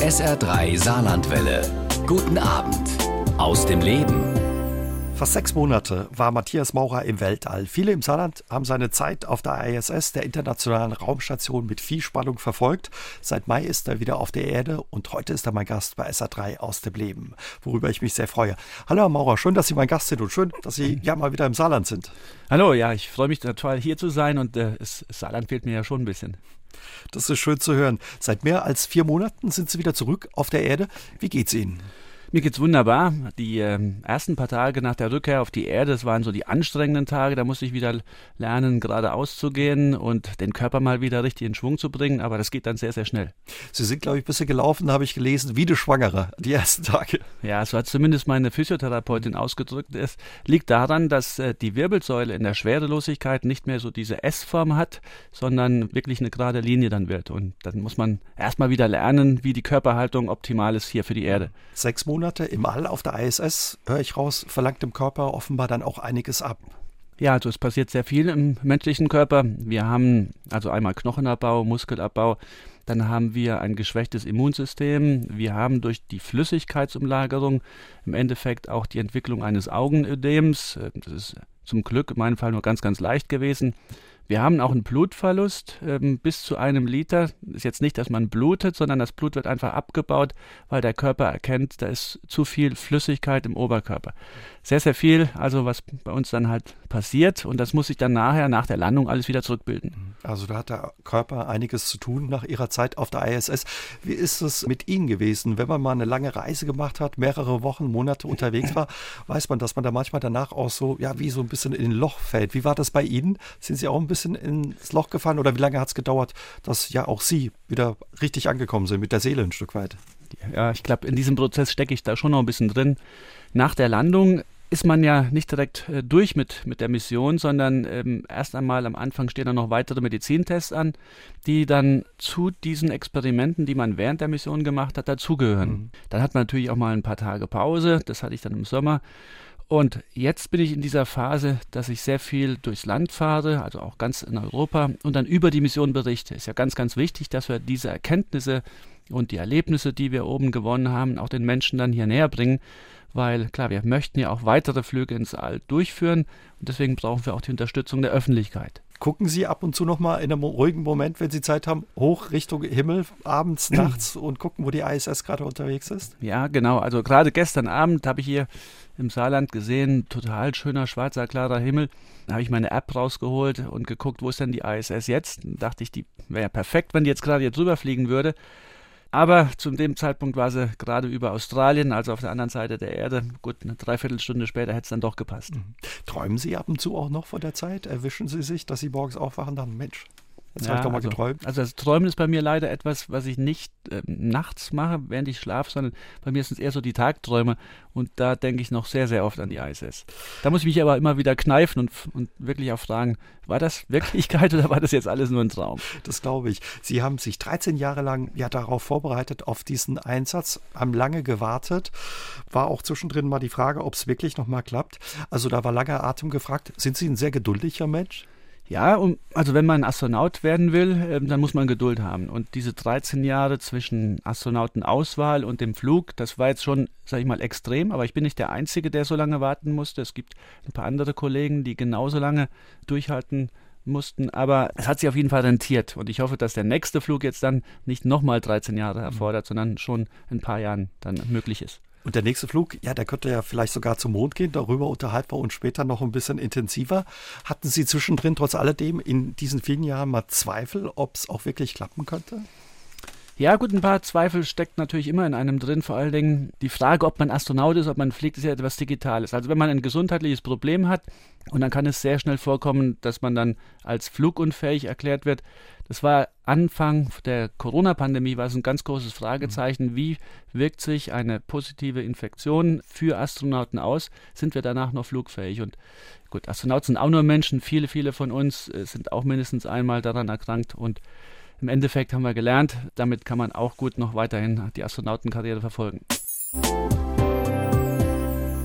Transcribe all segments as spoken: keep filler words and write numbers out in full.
S R drei Saarlandwelle. Guten Abend aus dem Leben. Fast sechs Monate war Matthias Maurer im Weltall. Viele im Saarland haben seine Zeit auf der I S S, der Internationalen Raumstation, mit viel Spannung verfolgt. Seit Mai ist er wieder auf der Erde und heute ist er mein Gast bei S R drei aus dem Leben, worüber ich mich sehr freue. Hallo Herr Maurer, schön, dass Sie mein Gast sind und schön, dass Sie ja mal wieder im Saarland sind. Hallo, ja, ich freue mich total hier zu sein und äh, das Saarland fehlt mir ja schon ein bisschen. Das ist schön zu hören. Seit mehr als vier Monaten sind Sie wieder zurück auf der Erde. Wie geht's Ihnen? Mir geht's wunderbar. Die äh, ersten paar Tage nach der Rückkehr auf die Erde, das waren so die anstrengenden Tage. Da musste ich wieder lernen, geradeaus zu gehen und den Körper mal wieder richtig in Schwung zu bringen. Aber das geht dann sehr, sehr schnell. Sie sind, glaube ich, ein bisschen gelaufen, habe ich gelesen, wie eine Schwangere, die ersten Tage. Ja, so hat zumindest meine Physiotherapeutin ausgedrückt. Es liegt daran, dass äh, die Wirbelsäule in der Schwerelosigkeit nicht mehr so diese S-Form hat, sondern wirklich eine gerade Linie dann wird. Und dann muss man erstmal wieder lernen, wie die Körperhaltung optimal ist hier für die Erde. Sechs Monate im All auf der I S S, höre ich raus, verlangt dem Körper offenbar dann auch einiges ab. Ja, also es passiert sehr viel im menschlichen Körper. Wir haben also einmal Knochenabbau, Muskelabbau, dann haben wir ein geschwächtes Immunsystem. Wir haben durch die Flüssigkeitsumlagerung im Endeffekt auch die Entwicklung eines Augenödems. Das ist zum Glück in meinem Fall nur ganz, ganz leicht gewesen. Wir haben auch einen Blutverlust ähm, bis zu einem Liter. Ist jetzt nicht, dass man blutet, sondern das Blut wird einfach abgebaut, weil der Körper erkennt, da ist zu viel Flüssigkeit im Oberkörper. Sehr, sehr viel, also was bei uns dann halt passiert. Und das muss sich dann nachher, nach der Landung, alles wieder zurückbilden. Also da hat der Körper einiges zu tun nach Ihrer Zeit auf der I S S. Wie ist es mit Ihnen gewesen? Wenn man mal eine lange Reise gemacht hat, mehrere Wochen, Monate unterwegs war, weiß man, dass man da manchmal danach auch so, ja, wie so ein bisschen in ein Loch fällt. Wie war das bei Ihnen? Sind Sie auch ein bisschen ins Loch gefallen oder wie lange hat es gedauert, dass ja auch Sie wieder richtig angekommen sind, mit der Seele ein Stück weit? Ja, ich glaube, in diesem Prozess stecke ich da schon noch ein bisschen drin. Nach der Landung ist man ja nicht direkt äh, durch mit, mit der Mission, sondern ähm, erst einmal am Anfang stehen dann noch weitere Medizintests an, die dann zu diesen Experimenten, die man während der Mission gemacht hat, dazugehören. Mhm. Dann hat man natürlich auch mal ein paar Tage Pause, das hatte ich dann im Sommer. Und jetzt bin ich in dieser Phase, dass ich sehr viel durchs Land fahre, also auch ganz in Europa und dann über die Mission berichte. Ist ja ganz, ganz wichtig, dass wir diese Erkenntnisse und die Erlebnisse, die wir oben gewonnen haben, auch den Menschen dann hier näher bringen. Weil, klar, wir möchten ja auch weitere Flüge ins All durchführen und deswegen brauchen wir auch die Unterstützung der Öffentlichkeit. Gucken Sie ab und zu noch mal in einem ruhigen Moment, wenn Sie Zeit haben, hoch Richtung Himmel, abends, nachts und gucken, wo die I S S gerade unterwegs ist? Ja, genau. Also gerade gestern Abend habe ich hier im Saarland gesehen, total schöner, schwarzer, klarer Himmel. Da habe ich meine App rausgeholt und geguckt, wo ist denn die I S S jetzt? Dann dachte ich, die wäre ja perfekt, wenn die jetzt gerade hier drüber fliegen würde. Aber zu dem Zeitpunkt war sie gerade über Australien, also auf der anderen Seite der Erde. Gut, eine Dreiviertelstunde später hätte es dann doch gepasst. Mhm. Träumen Sie ab und zu auch noch von der Zeit? Erwischen Sie sich, dass Sie morgens aufwachen und sagen, Mensch, jetzt ja, habe ich doch mal also, geträumt. Also das Träumen ist bei mir leider etwas, was ich nicht äh, nachts mache, während ich schlafe, sondern bei mir sind es eher so die Tagträume. Und da denke ich noch sehr, sehr oft an die I S S. Da muss ich mich aber immer wieder kneifen und, und wirklich auch fragen, war das Wirklichkeit oder war das jetzt alles nur ein Traum? Das glaube ich. Sie haben sich dreizehn Jahre lang ja darauf vorbereitet, auf diesen Einsatz, haben lange gewartet. War auch zwischendrin mal die Frage, ob es wirklich noch mal klappt. Also da war langer Atem gefragt. Sind Sie ein sehr geduldiger Mensch? Ja, um, also wenn man Astronaut werden will, äh, dann muss man Geduld haben. Und diese dreizehn Jahre zwischen Astronautenauswahl und dem Flug, das war jetzt schon, sag ich mal, extrem. Aber ich bin nicht der Einzige, der so lange warten musste. Es gibt ein paar andere Kollegen, die genauso lange durchhalten mussten. Aber es hat sich auf jeden Fall rentiert. Und ich hoffe, dass der nächste Flug jetzt dann nicht nochmal dreizehn Jahre erfordert, sondern schon in ein paar Jahren dann möglich ist. Und der nächste Flug, ja, der könnte ja vielleicht sogar zum Mond gehen. Darüber unterhalten wir uns später noch ein bisschen intensiver. Hatten Sie zwischendrin trotz alledem in diesen vielen Jahren mal Zweifel, ob es auch wirklich klappen könnte? Ja gut, ein paar Zweifel steckt natürlich immer in einem drin. Vor allen Dingen die Frage, ob man Astronaut ist, ob man fliegt, ist ja etwas Digitales. Also wenn man ein gesundheitliches Problem hat und dann kann es sehr schnell vorkommen, dass man dann als flugunfähig erklärt wird. Das war Anfang der Corona-Pandemie, war es ein ganz großes Fragezeichen. Wie wirkt sich eine positive Infektion für Astronauten aus? Sind wir danach noch flugfähig? Und gut, Astronauten sind auch nur Menschen. Viele, viele von uns sind auch mindestens einmal daran erkrankt. Und im Endeffekt haben wir gelernt, damit kann man auch gut noch weiterhin die Astronautenkarriere verfolgen.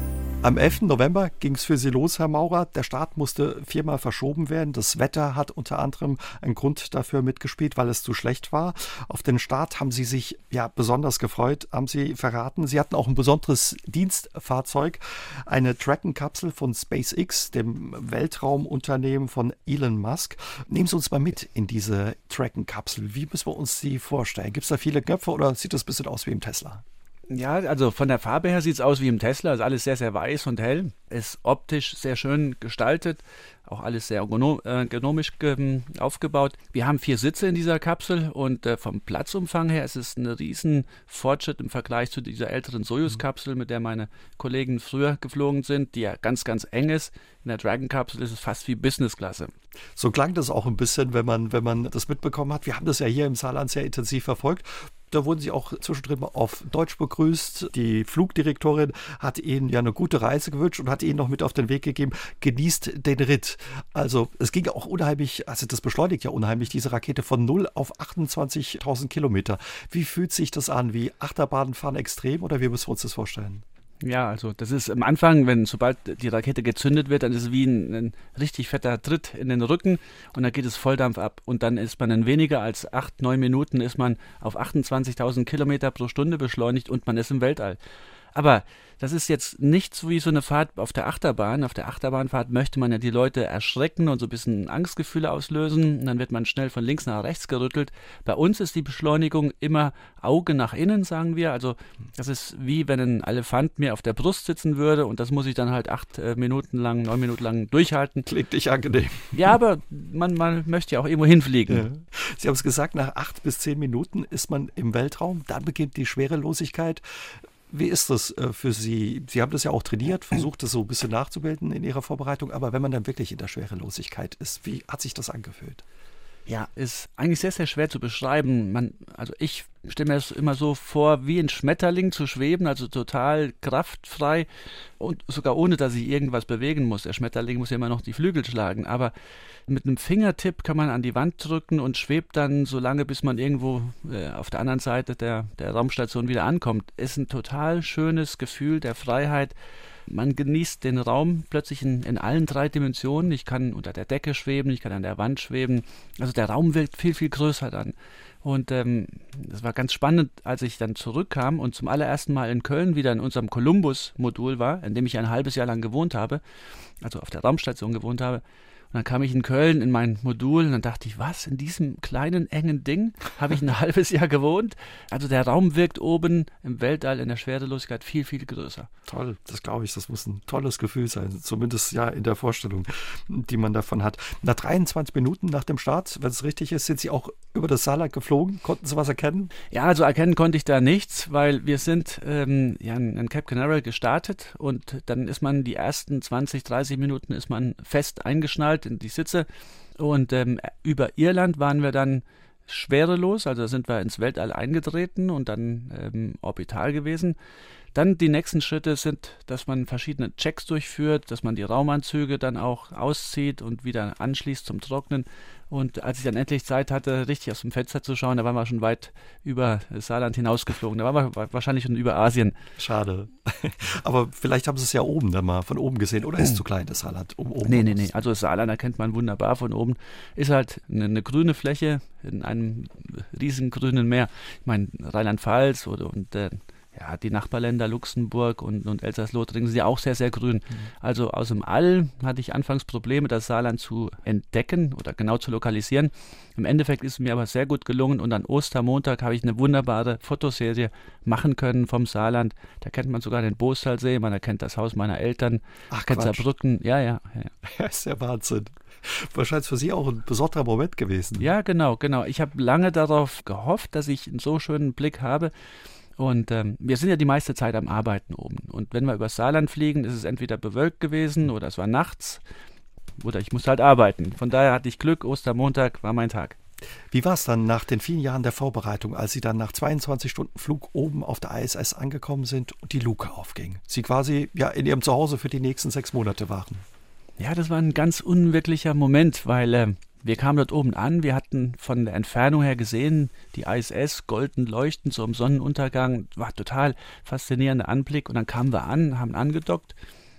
Am elften November ging es für Sie los, Herr Maurer. Der Start musste viermal verschoben werden. Das Wetter hat unter anderem einen Grund dafür mitgespielt, weil es zu schlecht war. Auf den Start haben Sie sich ja besonders gefreut, haben Sie verraten. Sie hatten auch ein besonderes Dienstfahrzeug, eine Dragon-Kapsel von SpaceX, dem Weltraumunternehmen von Elon Musk. Nehmen Sie uns mal mit in diese Dragon-Kapsel. Wie müssen wir uns die vorstellen? Gibt es da viele Knöpfe oder sieht das ein bisschen aus wie im Tesla? Ja, also von der Farbe her sieht es aus wie im Tesla, ist alles sehr, sehr weiß und hell, ist optisch sehr schön gestaltet, auch alles sehr ergonomisch äh, aufgebaut. Wir haben vier Sitze in dieser Kapsel und äh, vom Platzumfang her ist es ein riesen Fortschritt im Vergleich zu dieser älteren Soyuz-Kapsel, mit der meine Kollegen früher geflogen sind, die ja ganz, ganz eng ist. In der Dragon-Kapsel ist es fast wie Business-Klasse. So klang das auch ein bisschen, wenn man, wenn man das mitbekommen hat. Wir haben das ja hier im Saarland sehr intensiv verfolgt. Da wurden Sie auch zwischendrin mal auf Deutsch begrüßt. Die Flugdirektorin hat Ihnen ja eine gute Reise gewünscht und hat Ihnen noch mit auf den Weg gegeben, genießt den Ritt. Also es ging ja auch unheimlich, also das beschleunigt ja unheimlich, diese Rakete von null auf achtundzwanzigtausend Kilometer. Wie fühlt sich das an? Wie Achterbahnfahren extrem oder wie müssen wir uns das vorstellen? Ja, also das ist am Anfang, wenn sobald die Rakete gezündet wird, dann ist es wie ein, ein richtig fetter Tritt in den Rücken und dann geht es Volldampf ab und dann ist man in weniger als acht, neun Minuten ist man auf achtundzwanzigtausend Kilometer pro Stunde beschleunigt und man ist im Weltall. Aber das ist jetzt nicht so wie so eine Fahrt auf der Achterbahn. Auf der Achterbahnfahrt möchte man ja die Leute erschrecken und so ein bisschen Angstgefühle auslösen. Und dann wird man schnell von links nach rechts gerüttelt. Bei uns ist die Beschleunigung immer Auge nach innen, sagen wir. Also das ist wie wenn ein Elefant mir auf der Brust sitzen würde und das muss ich dann halt acht äh, Minuten lang, neun Minuten lang durchhalten. Klingt nicht angenehm. Ja, aber man, man möchte ja auch irgendwo hinfliegen. Ja. Sie haben es gesagt, nach acht bis zehn Minuten ist man im Weltraum. Dann beginnt die Schwerelosigkeit. Wie ist das äh, für Sie? Sie haben das ja auch trainiert, versucht das so ein bisschen nachzubilden in Ihrer Vorbereitung, aber wenn man dann wirklich in der Schwerelosigkeit ist, wie hat sich das angefühlt? Ja, ist eigentlich sehr, sehr schwer zu beschreiben. Man, also ich stelle mir das immer so vor, wie ein Schmetterling zu schweben, also total kraftfrei und sogar ohne, dass ich irgendwas bewegen muss. Der Schmetterling muss ja immer noch die Flügel schlagen, aber mit einem Fingertipp kann man an die Wand drücken und schwebt dann so lange, bis man irgendwo äh, auf der anderen Seite der, der Raumstation wieder ankommt. Ist ein total schönes Gefühl der Freiheit. Man genießt den Raum plötzlich in, in allen drei Dimensionen. Ich kann unter der Decke schweben, ich kann an der Wand schweben. Also der Raum wirkt viel, viel größer dann. Und ähm, das war ganz spannend, als ich dann zurückkam und zum allerersten Mal in Köln wieder in unserem Columbus-Modul war, in dem ich ein halbes Jahr lang gewohnt habe, also auf der Raumstation gewohnt habe. Und dann kam ich in Köln in mein Modul und dann dachte ich, was, in diesem kleinen, engen Ding habe ich ein halbes Jahr gewohnt? Also der Raum wirkt oben im Weltall in der Schwerelosigkeit viel, viel größer. Toll, das glaube ich, das muss ein tolles Gefühl sein, zumindest ja in der Vorstellung, die man davon hat. Nach dreiundzwanzig Minuten nach dem Start, wenn es richtig ist, sind Sie auch über das Saarland geflogen? Konnten Sie was erkennen? Ja, also erkennen konnte ich da nichts, weil wir sind ähm, ja in Cape Canaveral gestartet und dann ist man die ersten zwanzig, dreißig Minuten ist man fest eingeschnallt in die Sitze und ähm, über Irland waren wir dann schwerelos, also sind wir ins Weltall eingetreten und dann ähm, orbital gewesen. Dann die nächsten Schritte sind, dass man verschiedene Checks durchführt, dass man die Raumanzüge dann auch auszieht und wieder anschließt zum Trocknen. Und als ich dann endlich Zeit hatte, richtig aus dem Fenster zu schauen, da waren wir schon weit über Saarland hinausgeflogen. Da waren wir wahrscheinlich schon über Asien. Schade. Aber vielleicht haben Sie es ja oben dann mal von oben gesehen. Oder ist es zu klein, das Saarland? Um, oben nee, nee, nee. Also das Saarland erkennt man wunderbar von oben. Ist halt eine, eine grüne Fläche in einem riesen grünen Meer. Ich meine, Rheinland-Pfalz oder und äh, ja, die Nachbarländer Luxemburg und, und Elsass-Lothringen sind ja auch sehr, sehr grün. Mhm. Also aus dem All hatte ich anfangs Probleme, das Saarland zu entdecken oder genau zu lokalisieren. Im Endeffekt ist es mir aber sehr gut gelungen und an Ostermontag habe ich eine wunderbare Fotoserie machen können vom Saarland. Da kennt man sogar den Boostalsee, man erkennt das Haus meiner Eltern, Ach, kennt Saarbrücken. Ja, ja, ja. Das ist ja Wahnsinn. Wahrscheinlich für Sie auch ein besonderer Moment gewesen. Ja, genau, genau. Ich habe lange darauf gehofft, dass ich einen so schönen Blick habe. Und ähm, wir sind ja die meiste Zeit am Arbeiten oben. Und wenn wir über Saarland fliegen, ist es entweder bewölkt gewesen oder es war nachts oder ich musste halt arbeiten. Von daher hatte ich Glück, Ostermontag war mein Tag. Wie war es dann nach den vielen Jahren der Vorbereitung, als Sie dann nach zweiundzwanzig Stunden Flug oben auf der I S S angekommen sind und die Luke aufging? Sie quasi ja in Ihrem Zuhause für die nächsten sechs Monate waren. Ja, das war ein ganz unwirklicher Moment, weil äh, wir kamen dort oben an, wir hatten von der Entfernung her gesehen, die I S S golden leuchtend, so im Sonnenuntergang, war total faszinierender Anblick und dann kamen wir an, haben angedockt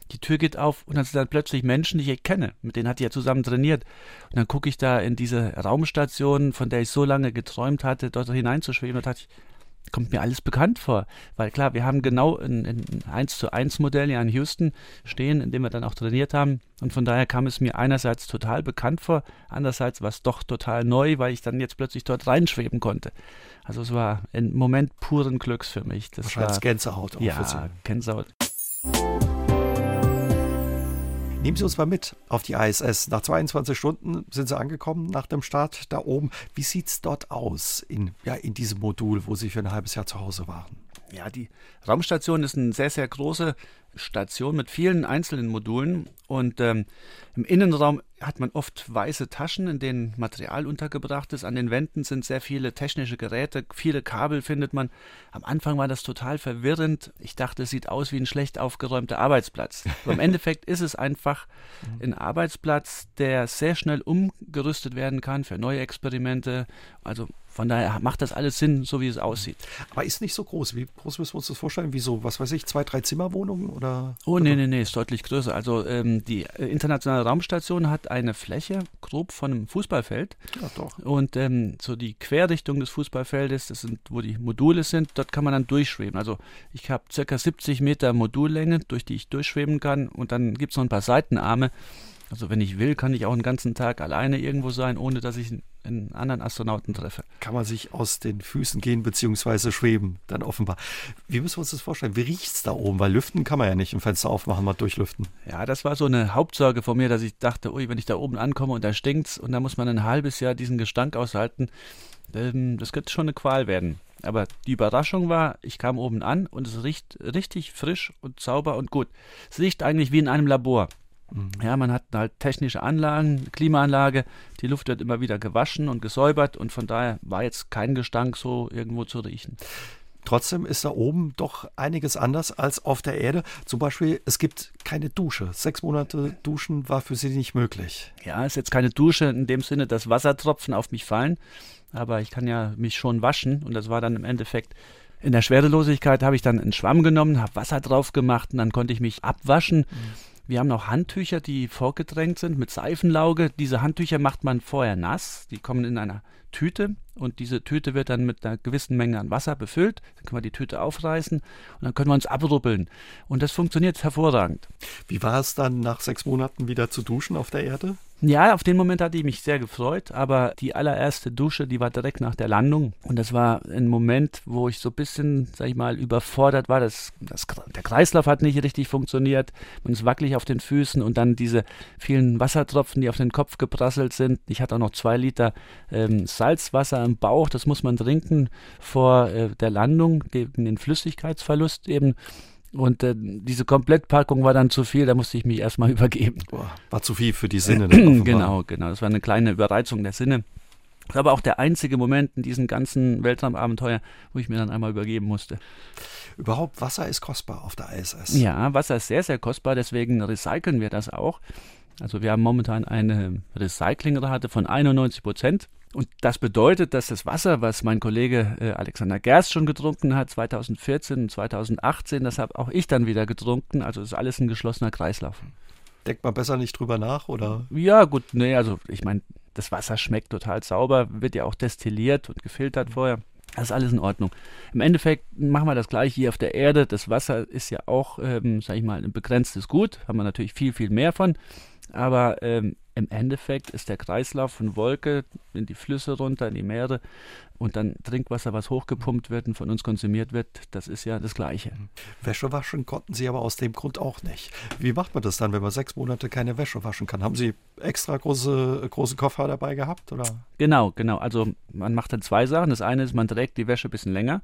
die Tür geht auf und dann sind dann plötzlich Menschen, die ich kenne, mit denen hat die ja zusammen trainiert. Und dann gucke ich da in diese Raumstation, von der ich so lange geträumt hatte, dort hineinzuschweben. Da dachte ich, kommt mir alles bekannt vor. Weil klar, wir haben genau ein, ein eins zu eins Modell ja in Houston stehen, in dem wir dann auch trainiert haben. Und von daher kam es mir einerseits total bekannt vor, andererseits war es doch total neu, weil ich dann jetzt plötzlich dort reinschweben konnte. Also es war ein Moment puren Glücks für mich. Das Wahrscheinlich war Gänsehaut auch ja, für Sie. Gänsehaut. Nehmen Sie uns mal mit auf die I S S. Nach zweiundzwanzig Stunden sind Sie angekommen nach dem Start da oben. Wie sieht es dort aus in, ja, in diesem Modul, wo Sie für ein halbes Jahr zu Hause waren? Ja, die Raumstation ist eine sehr, sehr große Station mit vielen einzelnen Modulen und ähm, im Innenraum hat man oft weiße Taschen, in denen Material untergebracht ist. An den Wänden sind sehr viele technische Geräte, viele Kabel findet man. Am Anfang war das total verwirrend. Ich dachte, es sieht aus wie ein schlecht aufgeräumter Arbeitsplatz. Aber im Endeffekt ist es einfach ein Arbeitsplatz, der sehr schnell umgerüstet werden kann für neue Experimente. Also von daher macht das alles Sinn, so wie es aussieht. Aber ist nicht so groß. Wie groß müssen wir uns das vorstellen? Wie so, was weiß ich, zwei, drei Zimmerwohnungen? Oder? Oh, nee, nee, nee, ist deutlich größer. Also ähm, die äh, internationale Raumstation hat eine Fläche, grob von einem Fußballfeld. Ja, doch. Und ähm, so die Querrichtung des Fußballfeldes, das sind, wo die Module sind, dort kann man dann durchschweben. Also ich habe circa siebzig Meter Modullänge, durch die ich durchschweben kann. Und dann gibt es noch ein paar Seitenarme. Also wenn ich will, kann ich auch einen ganzen Tag alleine irgendwo sein, ohne dass ich einen anderen Astronauten treffe. Kann man sich aus den Füßen gehen bzw. schweben, dann offenbar. Wie müssen wir uns das vorstellen? Wie riecht es da oben? Weil lüften kann man ja nicht, ein Fenster aufmachen, mal durchlüften. Ja, das war so eine Hauptsorge von mir, dass ich dachte, ui, wenn ich da oben ankomme und da stinkt's und da muss man ein halbes Jahr diesen Gestank aushalten, ähm, das könnte schon eine Qual werden. Aber die Überraschung war, ich kam oben an und es riecht richtig frisch und sauber und gut. Es riecht eigentlich wie in einem Labor. Ja, man hat halt technische Anlagen, Klimaanlage, die Luft wird immer wieder gewaschen und gesäubert und von daher war jetzt kein Gestank so irgendwo zu riechen. Trotzdem ist da oben doch einiges anders als auf der Erde. Zum Beispiel, es gibt keine Dusche. Sechs Monate Duschen war für Sie nicht möglich. Ja, ist jetzt keine Dusche in dem Sinne, dass Wassertropfen auf mich fallen, aber ich kann ja mich schon waschen und das war dann im Endeffekt. In der Schwerelosigkeit habe ich dann einen Schwamm genommen, habe Wasser drauf gemacht und dann konnte ich mich abwaschen. Mhm. Wir haben noch Handtücher, die vorgedrängt sind mit Seifenlauge. Diese Handtücher macht man vorher nass. Die kommen in einer Tüte und diese Tüte wird dann mit einer gewissen Menge an Wasser befüllt. Dann können wir die Tüte aufreißen und dann können wir uns abrubbeln. Und das funktioniert hervorragend. Wie war es dann nach sechs Monaten wieder zu duschen auf der Erde? Ja, auf den Moment hatte ich mich sehr gefreut, aber die allererste Dusche, die war direkt nach der Landung und das war ein Moment, wo ich so ein bisschen, sag ich mal, überfordert war. Das, das, der Kreislauf hat nicht richtig funktioniert, man ist wackelig auf den Füßen und dann diese vielen Wassertropfen, die auf den Kopf geprasselt sind. Ich hatte auch noch zwei Liter ähm, Salzwasser im Bauch, das muss man trinken vor äh, der Landung gegen den Flüssigkeitsverlust eben. Und äh, diese Komplettpackung war dann zu viel, da musste ich mich erstmal übergeben. Boah, war zu viel für die Sinne. Genau, genau. Das war eine kleine Überreizung der Sinne. Das war aber auch der einzige Moment in diesem ganzen Weltraumabenteuer, wo ich mir dann einmal übergeben musste. Überhaupt, Wasser ist kostbar auf der I S S. Ja, Wasser ist sehr, sehr kostbar, deswegen recyceln wir das auch. Also wir haben momentan eine Recyclingrate von einundneunzig Prozent. Und das bedeutet, dass das Wasser, was mein Kollege äh, Alexander Gerst schon getrunken hat, zweitausendvierzehn und zweitausendachtzehn, das habe auch ich dann wieder getrunken. Also ist alles ein geschlossener Kreislauf. Denkt man besser nicht drüber nach, oder? Ja, gut, nee, also ich meine, das Wasser schmeckt total sauber, wird ja auch destilliert und gefiltert vorher. Das ist alles in Ordnung. Im Endeffekt machen wir das gleiche hier auf der Erde. Das Wasser ist ja auch, ähm, sag ich mal, ein begrenztes Gut. Haben wir natürlich viel, viel mehr von. Aber ähm, im Endeffekt ist der Kreislauf von Wolke in die Flüsse runter, in die Meere und dann Trinkwasser, was hochgepumpt wird und von uns konsumiert wird, das ist ja das Gleiche. Wäsche waschen konnten Sie aber aus dem Grund auch nicht. Wie macht man das dann, wenn man sechs Monate keine Wäsche waschen kann? Haben Sie extra große, große Koffer dabei gehabt, oder? Genau, genau. Also man macht dann zwei Sachen. Das eine ist, man trägt die Wäsche ein bisschen länger.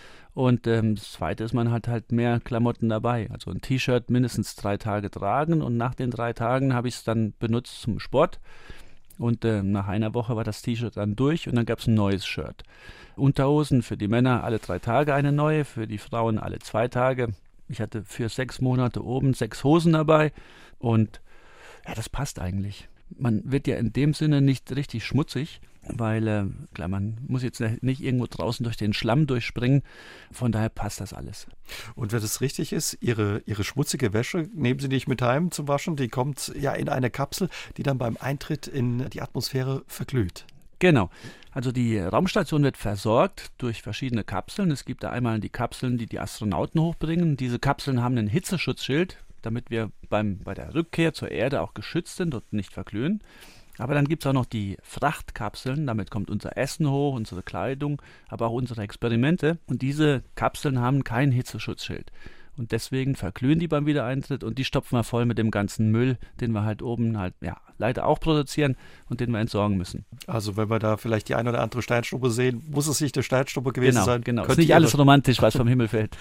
Und ähm, das Zweite ist, man hat halt mehr Klamotten dabei. Also ein T-Shirt mindestens drei Tage tragen und nach den drei Tagen habe ich es dann benutzt zum Sport. Und äh, nach einer Woche war das T-Shirt dann durch und dann gab es ein neues Shirt. Unterhosen für die Männer alle drei Tage eine neue, für die Frauen alle zwei Tage. Ich hatte für sechs Monate oben sechs Hosen dabei und ja, das passt eigentlich. Man wird ja in dem Sinne nicht richtig schmutzig. weil äh, klar, man muss jetzt nicht irgendwo draußen durch den Schlamm durchspringen. Von daher passt das alles. Und wenn es richtig ist, Ihre, Ihre schmutzige Wäsche nehmen Sie nicht mit heim zum Waschen, die kommt ja in eine Kapsel, die dann beim Eintritt in die Atmosphäre verglüht. Genau. Also die Raumstation wird versorgt durch verschiedene Kapseln. Es gibt da einmal die Kapseln, die die Astronauten hochbringen. Diese Kapseln haben ein Hitzeschutzschild, damit wir beim, bei der Rückkehr zur Erde auch geschützt sind und nicht verglühen. Aber dann gibt es auch noch die Frachtkapseln, damit kommt unser Essen hoch, unsere Kleidung, aber auch unsere Experimente. Und diese Kapseln haben kein Hitzeschutzschild. Und deswegen verglühen die beim Wiedereintritt und die stopfen wir voll mit dem ganzen Müll, den wir halt oben halt, ja, leider auch produzieren und den wir entsorgen müssen. Also wenn wir da vielleicht die ein oder andere Steinstube sehen, muss es nicht eine Steinstube gewesen genau, sein? Genau, genau. Ist nicht alles romantisch, was vom Himmel fällt.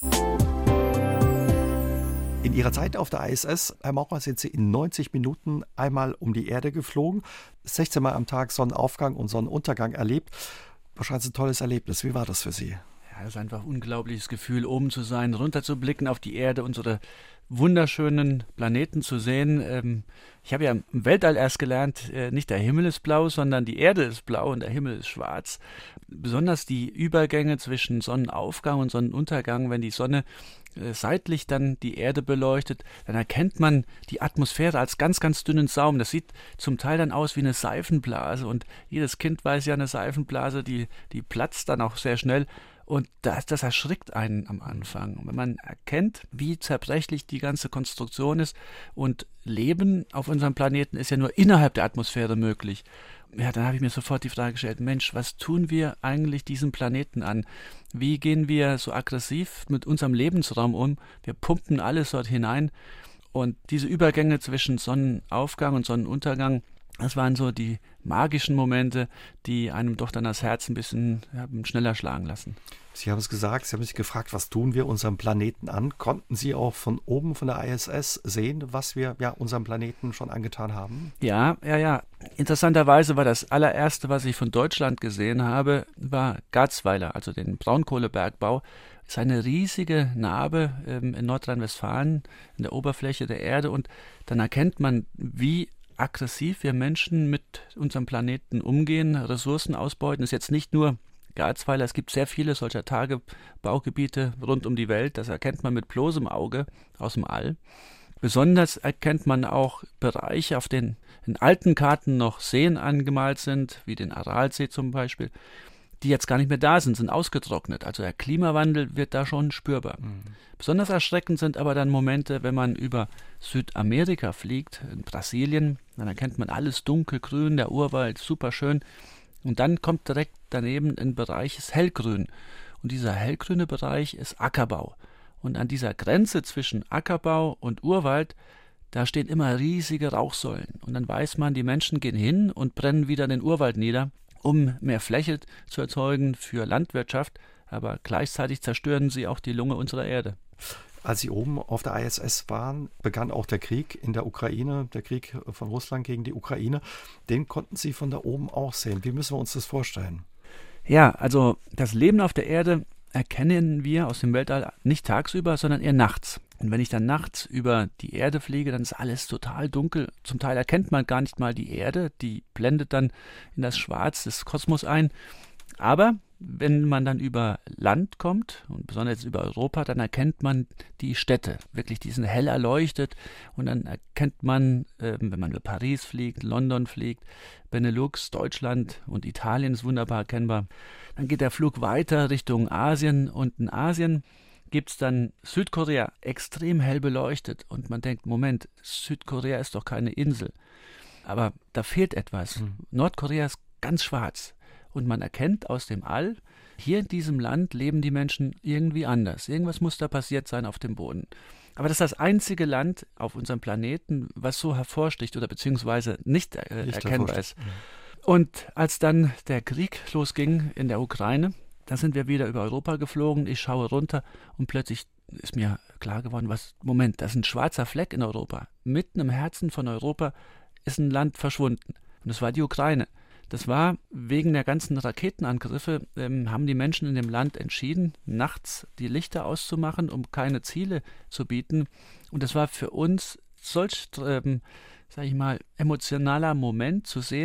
In Ihrer Zeit auf der I S S, Herr Maurer, sind Sie in neunzig Minuten einmal um die Erde geflogen, sechzehn Mal am Tag Sonnenaufgang und Sonnenuntergang erlebt. Wahrscheinlich ein tolles Erlebnis. Wie war das für Sie? Ja, das ist einfach ein unglaubliches Gefühl, oben zu sein, runter zu blicken auf die Erde, unsere wunderschönen Planeten zu sehen. Ähm, ich habe ja im Weltall erst gelernt, äh, nicht der Himmel ist blau, sondern die Erde ist blau und der Himmel ist schwarz. Besonders die Übergänge zwischen Sonnenaufgang und Sonnenuntergang, wenn die Sonne äh, seitlich dann die Erde beleuchtet, dann erkennt man die Atmosphäre als ganz, ganz dünnen Saum. Das sieht zum Teil dann aus wie eine Seifenblase und jedes Kind weiß ja, eine Seifenblase, die, die platzt dann auch sehr schnell. Und das, das erschrickt einen am Anfang. Und wenn man erkennt, wie zerbrechlich die ganze Konstruktion ist und Leben auf unserem Planeten ist ja nur innerhalb der Atmosphäre möglich, ja, dann habe ich mir sofort die Frage gestellt, Mensch, was tun wir eigentlich diesem Planeten an? Wie gehen wir so aggressiv mit unserem Lebensraum um? Wir pumpen alles dort hinein. Und diese Übergänge zwischen Sonnenaufgang und Sonnenuntergang, das waren so die magischen Momente, die einem doch dann das Herz ein bisschen ja, schneller schlagen lassen. Sie haben es gesagt, Sie haben sich gefragt, was tun wir unserem Planeten an? Konnten Sie auch von oben von der I S S sehen, was wir ja unserem Planeten schon angetan haben? Ja, ja, ja. Interessanterweise war das allererste, was ich von Deutschland gesehen habe, war Garzweiler, also den Braunkohlebergbau. Das ist eine riesige Narbe ähm, in Nordrhein-Westfalen, in der Oberfläche der Erde. Und dann erkennt man, wie aggressiv wir Menschen mit unserem Planeten umgehen, Ressourcen ausbeuten. Das ist jetzt nicht nur Garzweiler, es gibt sehr viele solcher Tagebaugebiete rund um die Welt. Das erkennt man mit bloßem Auge aus dem All. Besonders erkennt man auch Bereiche, auf denen in alten Karten noch Seen angemalt sind, wie den Aralsee zum Beispiel, die jetzt gar nicht mehr da sind, sind ausgetrocknet. Also der Klimawandel wird da schon spürbar. Mhm. Besonders erschreckend sind aber dann Momente, wenn man über Südamerika fliegt, in Brasilien, dann erkennt man alles dunkelgrün, der Urwald super schön. Und dann kommt direkt daneben ein Bereich, ist hellgrün. Und dieser hellgrüne Bereich ist Ackerbau. Und an dieser Grenze zwischen Ackerbau und Urwald, da stehen immer riesige Rauchsäulen. Und dann weiß man, die Menschen gehen hin und brennen wieder den Urwald nieder, um mehr Fläche zu erzeugen für Landwirtschaft, aber gleichzeitig zerstören sie auch die Lunge unserer Erde. Als Sie oben auf der I S S waren, begann auch der Krieg in der Ukraine, der Krieg von Russland gegen die Ukraine. Den konnten Sie von da oben auch sehen. Wie müssen wir uns das vorstellen? Ja, also das Leben auf der Erde erkennen wir aus dem Weltall nicht tagsüber, sondern eher nachts. Und wenn ich dann nachts über die Erde fliege, dann ist alles total dunkel. Zum Teil erkennt man gar nicht mal die Erde, die blendet dann in das Schwarz des Kosmos ein. Aber wenn man dann über Land kommt, und besonders über Europa, dann erkennt man die Städte. Wirklich, die sind hell erleuchtet. Und dann erkennt man, äh, wenn man über Paris fliegt, London fliegt, Benelux, Deutschland und Italien ist wunderbar erkennbar. Dann geht der Flug weiter Richtung Asien und in Asien gibt es dann Südkorea, extrem hell beleuchtet. Und man denkt, Moment, Südkorea ist doch keine Insel. Aber da fehlt etwas. Mhm. Nordkorea ist ganz schwarz. Und man erkennt aus dem All, hier in diesem Land leben die Menschen irgendwie anders. Irgendwas muss da passiert sein auf dem Boden. Aber das ist das einzige Land auf unserem Planeten, was so hervorsticht oder beziehungsweise nicht, äh, nicht erkennbar ist. Ja. Und als dann der Krieg losging in der Ukraine, da sind wir wieder über Europa geflogen. Ich schaue runter und plötzlich ist mir klar geworden, was, Moment, das ist ein schwarzer Fleck in Europa. Mitten im Herzen von Europa ist ein Land verschwunden. Und das war die Ukraine. Das war wegen der ganzen Raketenangriffe, ähm, haben die Menschen in dem Land entschieden, nachts die Lichter auszumachen, um keine Ziele zu bieten. Und das war für uns solch, ähm, sag ich mal, emotionaler Moment zu sehen,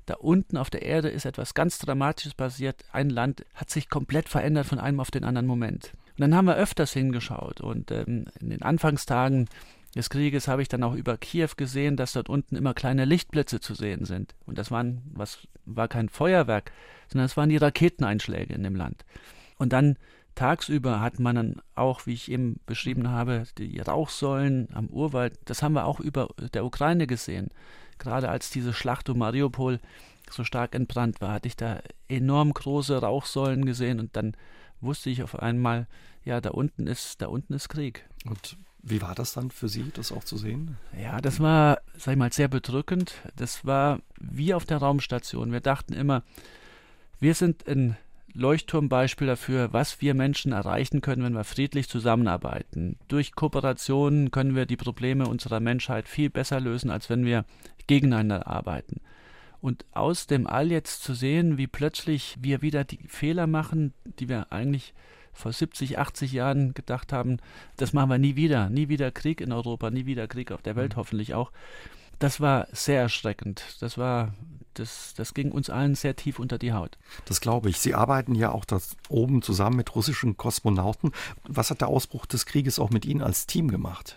da unten auf der Erde ist etwas ganz Dramatisches passiert. Ein Land hat sich komplett verändert von einem auf den anderen Moment. Und dann haben wir öfters hingeschaut und ähm, in den Anfangstagen des Krieges habe ich dann auch über Kiew gesehen, dass dort unten immer kleine Lichtblitze zu sehen sind. Und das waren, was, war kein Feuerwerk, sondern es waren die Raketeneinschläge in dem Land. Und dann tagsüber hat man dann auch, wie ich eben beschrieben habe, die Rauchsäulen am Urwald, das haben wir auch über der Ukraine gesehen. Gerade als diese Schlacht um Mariupol so stark entbrannt war, hatte ich da enorm große Rauchsäulen gesehen und dann wusste ich auf einmal, ja, da unten ist, da unten ist Krieg. Und wie war das dann für Sie, das auch zu sehen? Ja, das war, sag ich mal, sehr bedrückend. Das war wie auf der Raumstation. Wir dachten immer, wir sind ein Leuchtturmbeispiel dafür, was wir Menschen erreichen können, wenn wir friedlich zusammenarbeiten. Durch Kooperationen können wir die Probleme unserer Menschheit viel besser lösen, als wenn wir gegeneinander arbeiten. Und aus dem All jetzt zu sehen, wie plötzlich wir wieder die Fehler machen, die wir eigentlich vor siebzig, achtzig Jahren gedacht haben, das machen wir nie wieder. Nie wieder Krieg in Europa, nie wieder Krieg auf der Welt, mhm. hoffentlich auch. Das war sehr erschreckend. Das war, das, das ging uns allen sehr tief unter die Haut. Das glaube ich. Sie arbeiten ja auch das oben zusammen mit russischen Kosmonauten. Was hat der Ausbruch des Krieges auch mit Ihnen als Team gemacht?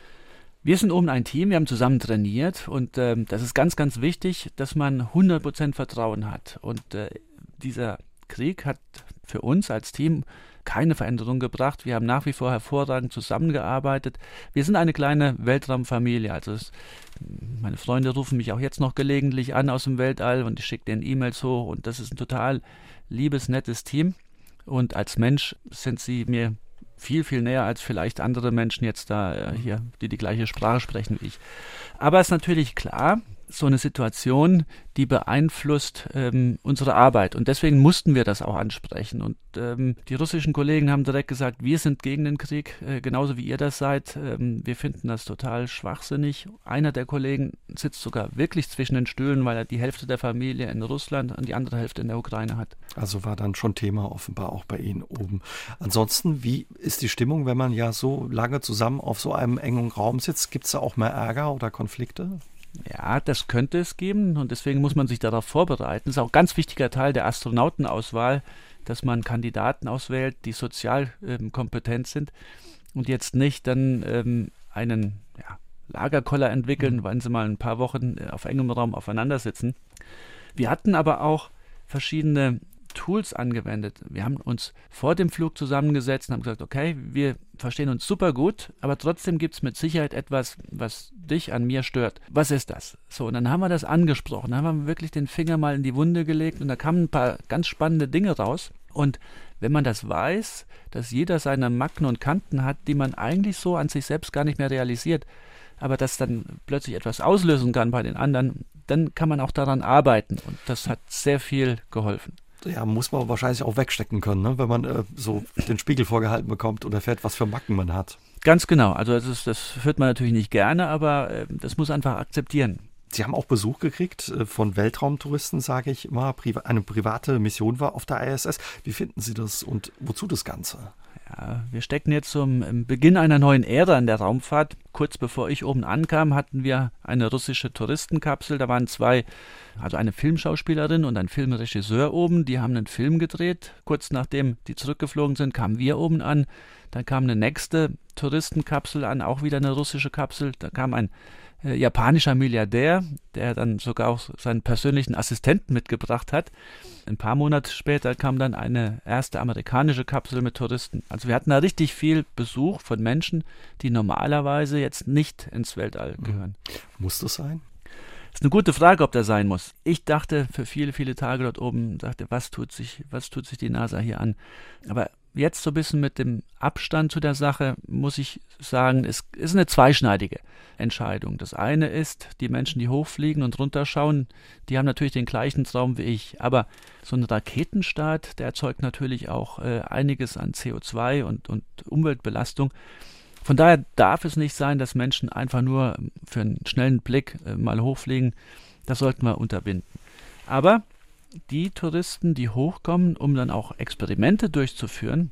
Wir sind oben ein Team, wir haben zusammen trainiert und äh, das ist ganz, ganz wichtig, dass man hundert Prozent Vertrauen hat. Und äh, dieser Krieg hat für uns als Team keine Veränderung gebracht. Wir haben nach wie vor hervorragend zusammengearbeitet. Wir sind eine kleine Weltraumfamilie. Also es, meine Freunde rufen mich auch jetzt noch gelegentlich an aus dem Weltall und ich schicke denen E-Mails hoch und das ist ein total liebes, nettes Team. Und als Mensch sind sie mir viel, viel näher als vielleicht andere Menschen jetzt da äh, hier, die die gleiche Sprache sprechen wie ich. Aber es ist natürlich klar, so eine Situation, die beeinflusst ähm, unsere Arbeit. Und deswegen mussten wir das auch ansprechen. Und ähm, die russischen Kollegen haben direkt gesagt, wir sind gegen den Krieg, äh, genauso wie ihr das seid. Ähm, wir finden das total schwachsinnig. Einer der Kollegen sitzt sogar wirklich zwischen den Stühlen, weil er die Hälfte der Familie in Russland und die andere Hälfte in der Ukraine hat. Also war dann schon Thema offenbar auch bei Ihnen oben. Ansonsten, wie ist die Stimmung, wenn man ja so lange zusammen auf so einem engen Raum sitzt? Gibt es da auch mehr Ärger oder Konflikte? Ja, das könnte es geben und deswegen muss man sich darauf vorbereiten. Das ist auch ein ganz wichtiger Teil der Astronautenauswahl, dass man Kandidaten auswählt, die sozial ähm, kompetent sind und jetzt nicht dann ähm, einen ja, Lagerkoller entwickeln, mhm. weil sie mal ein paar Wochen auf engem Raum aufeinander sitzen. Wir hatten aber auch verschiedene Tools angewendet. Wir haben uns vor dem Flug zusammengesetzt und haben gesagt, okay, wir verstehen uns super gut, aber trotzdem gibt es mit Sicherheit etwas, was dich an mir stört. Was ist das? So, und dann haben wir das angesprochen. Dann haben wir wirklich den Finger mal in die Wunde gelegt und da kamen ein paar ganz spannende Dinge raus. Und wenn man das weiß, dass jeder seine Macken und Kanten hat, die man eigentlich so an sich selbst gar nicht mehr realisiert, aber das dann plötzlich etwas auslösen kann bei den anderen, dann kann man auch daran arbeiten. Und das hat sehr viel geholfen. Ja, muss man wahrscheinlich auch wegstecken können, ne? Wenn man äh, so den Spiegel vorgehalten bekommt und erfährt, was für Macken man hat. Ganz genau. Also das, ist, das hört man natürlich nicht gerne, aber äh, das muss einfach akzeptieren. Sie haben auch Besuch gekriegt äh, von Weltraumtouristen, sage ich immer. Priva- eine private Mission war auf der I S S. Wie finden Sie das und wozu das Ganze? Ja, wir stecken jetzt zum Beginn einer neuen Ära in der Raumfahrt. Kurz bevor ich oben ankam, hatten wir eine russische Touristenkapsel. Da waren zwei, also eine Filmschauspielerin und ein Filmregisseur oben. Die haben einen Film gedreht. Kurz nachdem die zurückgeflogen sind, kamen wir oben an. Dann kam eine nächste Touristenkapsel an, auch wieder eine russische Kapsel. Da kam ein äh, japanischer Milliardär, der dann sogar auch seinen persönlichen Assistenten mitgebracht hat. Ein paar Monate später kam dann eine erste amerikanische Kapsel mit Touristen. Also wir hatten da richtig viel Besuch von Menschen, die normalerweise jetzt nicht ins Weltall gehören. Muss das sein? Das ist eine gute Frage, ob das sein muss. Ich dachte für viele, viele Tage dort oben, dachte, was tut sich, was tut sich die NASA hier an? Aber jetzt so ein bisschen mit dem Abstand zu der Sache, muss ich sagen, es ist eine zweischneidige Entscheidung. Das eine ist, die Menschen, die hochfliegen und runterschauen, die haben natürlich den gleichen Traum wie ich. Aber so ein Raketenstart, der erzeugt natürlich auch äh, einiges an C O zwei und, und Umweltbelastung. Von daher darf es nicht sein, dass Menschen einfach nur für einen schnellen Blick äh, mal hochfliegen. Das sollten wir unterbinden. Aber die Touristen, die hochkommen, um dann auch Experimente durchzuführen,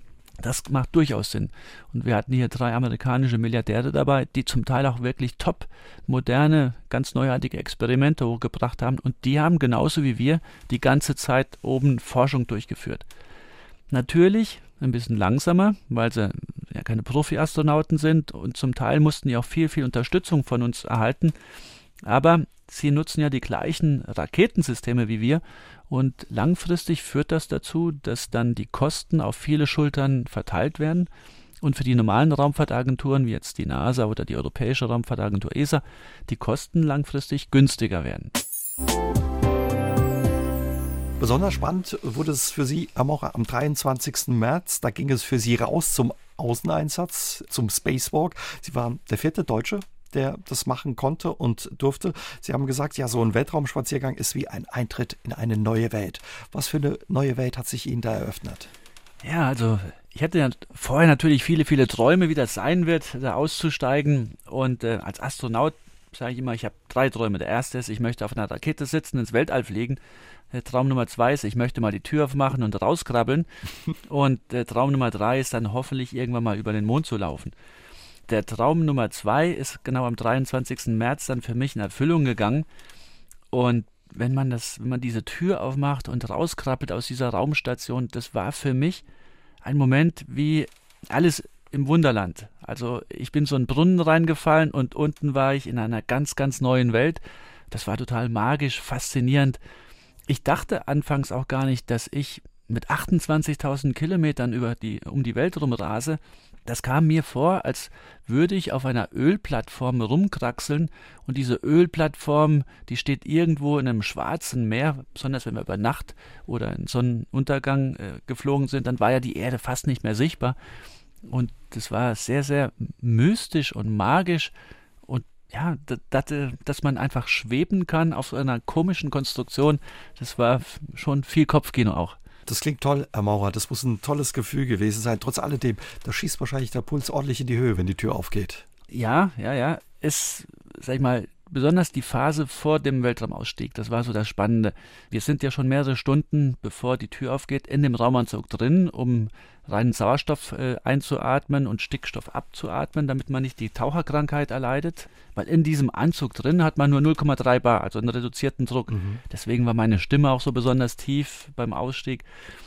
Das macht durchaus Sinn. Und wir hatten hier drei amerikanische Milliardäre dabei, die zum Teil auch wirklich top moderne, ganz neuartige Experimente hochgebracht haben. Und die haben genauso wie wir die ganze Zeit oben Forschung durchgeführt. Natürlich ein bisschen langsamer, weil sie ja keine Profi-Astronauten sind und zum Teil mussten die auch viel, viel Unterstützung von uns erhalten. Aber sie nutzen ja die gleichen Raketensysteme wie wir und langfristig führt das dazu, dass dann die Kosten auf viele Schultern verteilt werden und für die normalen Raumfahrtagenturen wie jetzt die NASA oder die Europäische Raumfahrtagentur E S A die Kosten langfristig günstiger werden. Besonders spannend wurde es für Sie am, am dreiundzwanzigsten März. Da ging es für Sie raus zum Außeneinsatz, zum Spacewalk. Sie waren der vierte Deutsche, der das machen konnte und durfte. Sie haben gesagt, ja, so ein Weltraumspaziergang ist wie ein Eintritt in eine neue Welt. Was für eine neue Welt hat sich Ihnen da eröffnet? Ja, also ich hatte ja vorher natürlich viele, viele Träume, wie das sein wird, da auszusteigen. Und äh, als Astronaut sage ich immer, ich habe drei Träume. Der erste ist, ich möchte auf einer Rakete sitzen, ins Weltall fliegen. Der Traum Nummer zwei ist, ich möchte mal die Tür aufmachen und rauskrabbeln. Und der Traum Nummer drei ist dann hoffentlich irgendwann mal über den Mond zu laufen. Der Traum Nummer zwei ist genau am dreiundzwanzigsten März dann für mich in Erfüllung gegangen. Und wenn man das, wenn man diese Tür aufmacht und rauskrabbelt aus dieser Raumstation, das war für mich ein Moment wie alles im Wunderland. Also ich bin so in einen Brunnen reingefallen und unten war ich in einer ganz, ganz neuen Welt. Das war total magisch, faszinierend. Ich dachte anfangs auch gar nicht, dass ich mit achtundzwanzigtausend Kilometern über die, um die Welt rumrase. Das kam mir vor, als würde ich auf einer Ölplattform rumkraxeln und diese Ölplattform, die steht irgendwo in einem schwarzen Meer, besonders wenn wir über Nacht oder in Sonnenuntergang äh, geflogen sind, dann war ja die Erde fast nicht mehr sichtbar und das war sehr, sehr mystisch und magisch und ja, dass, dass man einfach schweben kann auf so einer komischen Konstruktion, das war schon viel Kopfkino auch. Das klingt toll, Herr Maurer. Das muss ein tolles Gefühl gewesen sein. Trotz alledem, da schießt wahrscheinlich der Puls ordentlich in die Höhe, wenn die Tür aufgeht. Ja, ja, ja. Es, sag ich mal, besonders die Phase vor dem Weltraumausstieg, das war so das Spannende. Wir sind ja schon mehrere Stunden, bevor die Tür aufgeht, in dem Raumanzug drin, um reinen Sauerstoff äh, einzuatmen und Stickstoff abzuatmen, damit man nicht die Taucherkrankheit erleidet. Weil in diesem Anzug drin hat man nur null Komma drei Bar, also einen reduzierten Druck. Mhm. Deswegen war meine Stimme auch so besonders tief beim Ausstieg.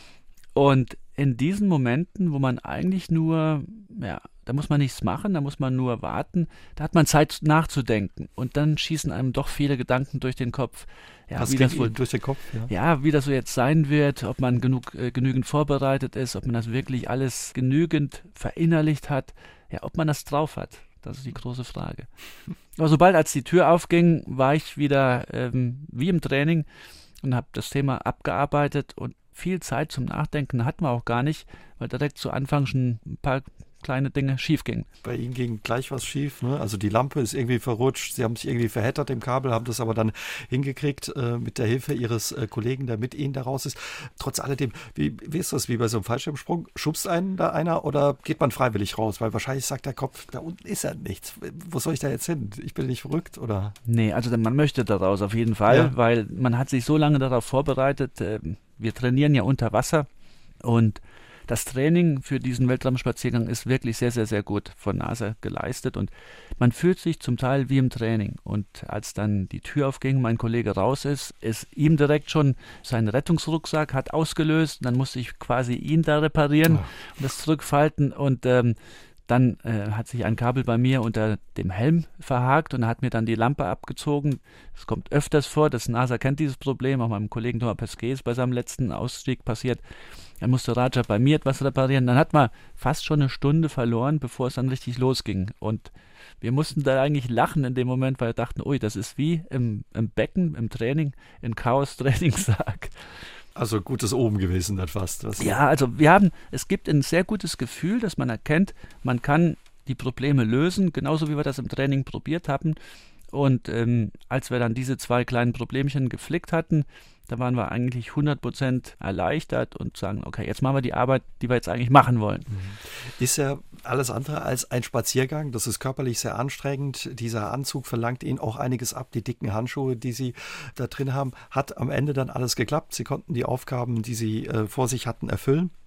Und in diesen Momenten, wo man eigentlich nur, ja, da muss man nichts machen, da muss man nur warten, da hat man Zeit nachzudenken und dann schießen einem doch viele Gedanken durch den Kopf. Ja, Was wie geht das wohl durch den Kopf? Ja. ja, wie das so jetzt sein wird, ob man genug, äh, genügend vorbereitet ist, ob man das wirklich alles genügend verinnerlicht hat, ja, ob man das drauf hat. Das ist die große Frage. Aber sobald als die Tür aufging, war ich wieder ähm, wie im Training und habe das Thema abgearbeitet und viel Zeit zum Nachdenken hatten wir auch gar nicht, weil direkt zu Anfang schon ein paar kleine Dinge schief gingen. Bei Ihnen ging gleich was schief, ne? Also die Lampe ist irgendwie verrutscht, Sie haben sich irgendwie verheddert im Kabel, haben das aber dann hingekriegt äh, mit der Hilfe Ihres äh, Kollegen, der mit Ihnen da raus ist. Trotz alledem, wie, wie ist das, wie bei so einem Fallschirmsprung? Schubst einen da einer oder geht man freiwillig raus? Weil wahrscheinlich sagt der Kopf, da unten ist ja nichts. Wo soll ich da jetzt hin? Ich bin nicht verrückt, oder? Nee, also man möchte da raus auf jeden Fall, ja. Weil man hat sich so lange darauf vorbereitet. Äh, wir trainieren ja unter Wasser und das Training für diesen Weltraumspaziergang ist wirklich sehr, sehr, sehr gut von NASA geleistet und man fühlt sich zum Teil wie im Training. Und als dann die Tür aufging, mein Kollege raus ist, ist ihm direkt schon sein Rettungsrucksack hat ausgelöst. Dann musste ich quasi ihn da reparieren oh. und das zurückfalten und ähm, dann äh, hat sich ein Kabel bei mir unter dem Helm verhakt und hat mir dann die Lampe abgezogen. Es kommt öfters vor, das NASA kennt dieses Problem, auch meinem Kollegen Thomas Pesquet ist bei seinem letzten Ausstieg passiert. Dann musste Raja bei mir etwas reparieren. Dann hat man fast schon eine Stunde verloren, bevor es dann richtig losging. Und wir mussten da eigentlich lachen in dem Moment, weil wir dachten, ui, das ist wie im, im Becken, im Training, in Chaos-Trainingssack. Also gutes Oben gewesen dann fast. Was ja, also wir haben, es gibt ein sehr gutes Gefühl, dass man erkennt, man kann die Probleme lösen, genauso wie wir das im Training probiert haben. Und ähm, als wir dann diese zwei kleinen Problemchen geflickt hatten, da waren wir eigentlich hundert Prozent erleichtert und sagen, okay, jetzt machen wir die Arbeit, die wir jetzt eigentlich machen wollen. Ist ja alles andere als ein Spaziergang. Das ist körperlich sehr anstrengend. Dieser Anzug verlangt Ihnen auch einiges ab. Die dicken Handschuhe, die Sie da drin haben, hat am Ende dann alles geklappt. Sie konnten die Aufgaben, die Sie äh, vor sich hatten, erfüllen.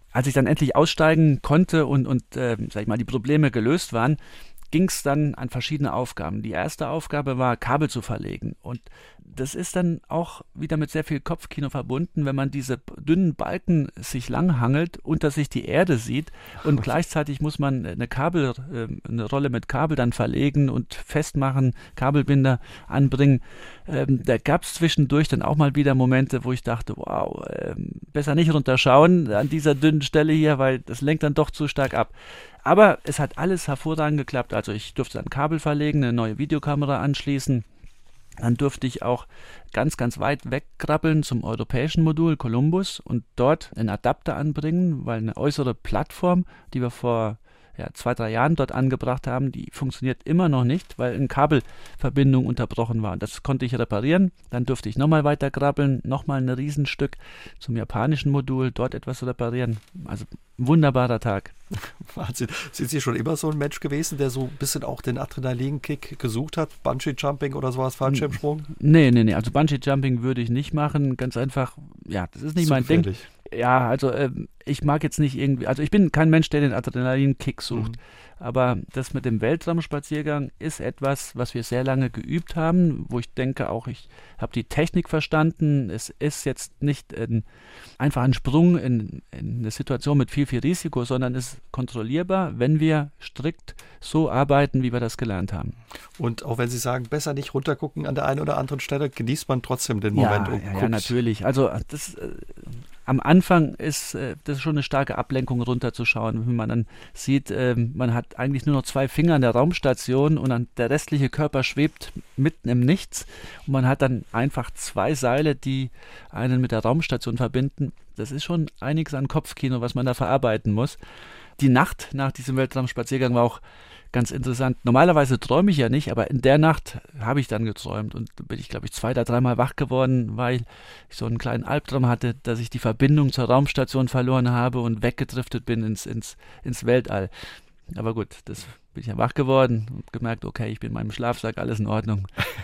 als ich dann endlich aussteigen konnte und, und äh, sag ich mal, die Probleme gelöst waren, ging es dann an verschiedene Aufgaben. Die erste Aufgabe war, Kabel zu verlegen. Und das ist dann auch wieder mit sehr viel Kopfkino verbunden, wenn man diese dünnen Balken sich langhangelt, unter sich die Erde sieht und gleichzeitig muss man eine Kabel, eine Rolle mit Kabel dann verlegen und festmachen, Kabelbinder anbringen. Ähm, da gab es zwischendurch dann auch mal wieder Momente, wo ich dachte, wow, ähm, besser nicht runterschauen an dieser dünnen Stelle hier, weil das lenkt dann doch zu stark ab. Aber es hat alles hervorragend geklappt. Also ich durfte dann Kabel verlegen, eine neue Videokamera anschließen. Dann durfte ich auch ganz, ganz weit wegkrabbeln zum europäischen Modul Columbus und dort einen Adapter anbringen, weil eine äußere Plattform, die wir vor ja, zwei, drei Jahren dort angebracht haben, die funktioniert immer noch nicht, weil eine Kabelverbindung unterbrochen war. Und das konnte ich reparieren. Dann durfte ich nochmal weiter krabbeln, nochmal ein Riesenstück zum japanischen Modul, dort etwas reparieren. Also wunderbarer Tag. Wahnsinn. Sind Sie schon immer so ein Mensch gewesen, der so ein bisschen auch den Adrenalinkick gesucht hat? Bungee-Jumping oder sowas, Fallschirmsprung? Nee, nee, nee. Also Bungee-Jumping würde ich nicht machen. Ganz einfach, ja, das ist nicht Zu mein gefährlich. Ding. Ja, also äh, ich mag jetzt nicht irgendwie, also ich bin kein Mensch, der den Adrenalinkick sucht, Mhm. aber das mit dem Weltraumspaziergang ist etwas, was wir sehr lange geübt haben, wo ich denke auch, ich habe die Technik verstanden, es ist jetzt nicht ein, einfach ein Sprung in, in eine Situation mit viel, viel Risiko, sondern ist kontrollierbar, wenn wir strikt so arbeiten, wie wir das gelernt haben. Und auch wenn Sie sagen, besser nicht runtergucken an der einen oder anderen Stelle, genießt man trotzdem den Moment. Ja, und ja, guckt. ja, natürlich. Also das äh, am Anfang ist äh, das schon eine starke Ablenkung runterzuschauen, wenn man dann sieht, äh, man hat eigentlich nur noch zwei Finger an der Raumstation und dann der restliche Körper schwebt mitten im Nichts und man hat dann einfach zwei Seile, die einen mit der Raumstation verbinden. Das ist schon einiges an Kopfkino, was man da verarbeiten muss. Die Nacht nach diesem Weltraumspaziergang war auch ganz interessant. Normalerweise träume ich ja nicht, aber in der Nacht habe ich dann geträumt und bin ich, glaube ich, zwei oder dreimal wach geworden, weil ich so einen kleinen Albtraum hatte, dass ich die Verbindung zur Raumstation verloren habe und weggedriftet bin ins, ins, ins Weltall. Aber gut, das bin ich ja wach geworden und gemerkt, okay, ich bin in meinem Schlafsack, alles in Ordnung.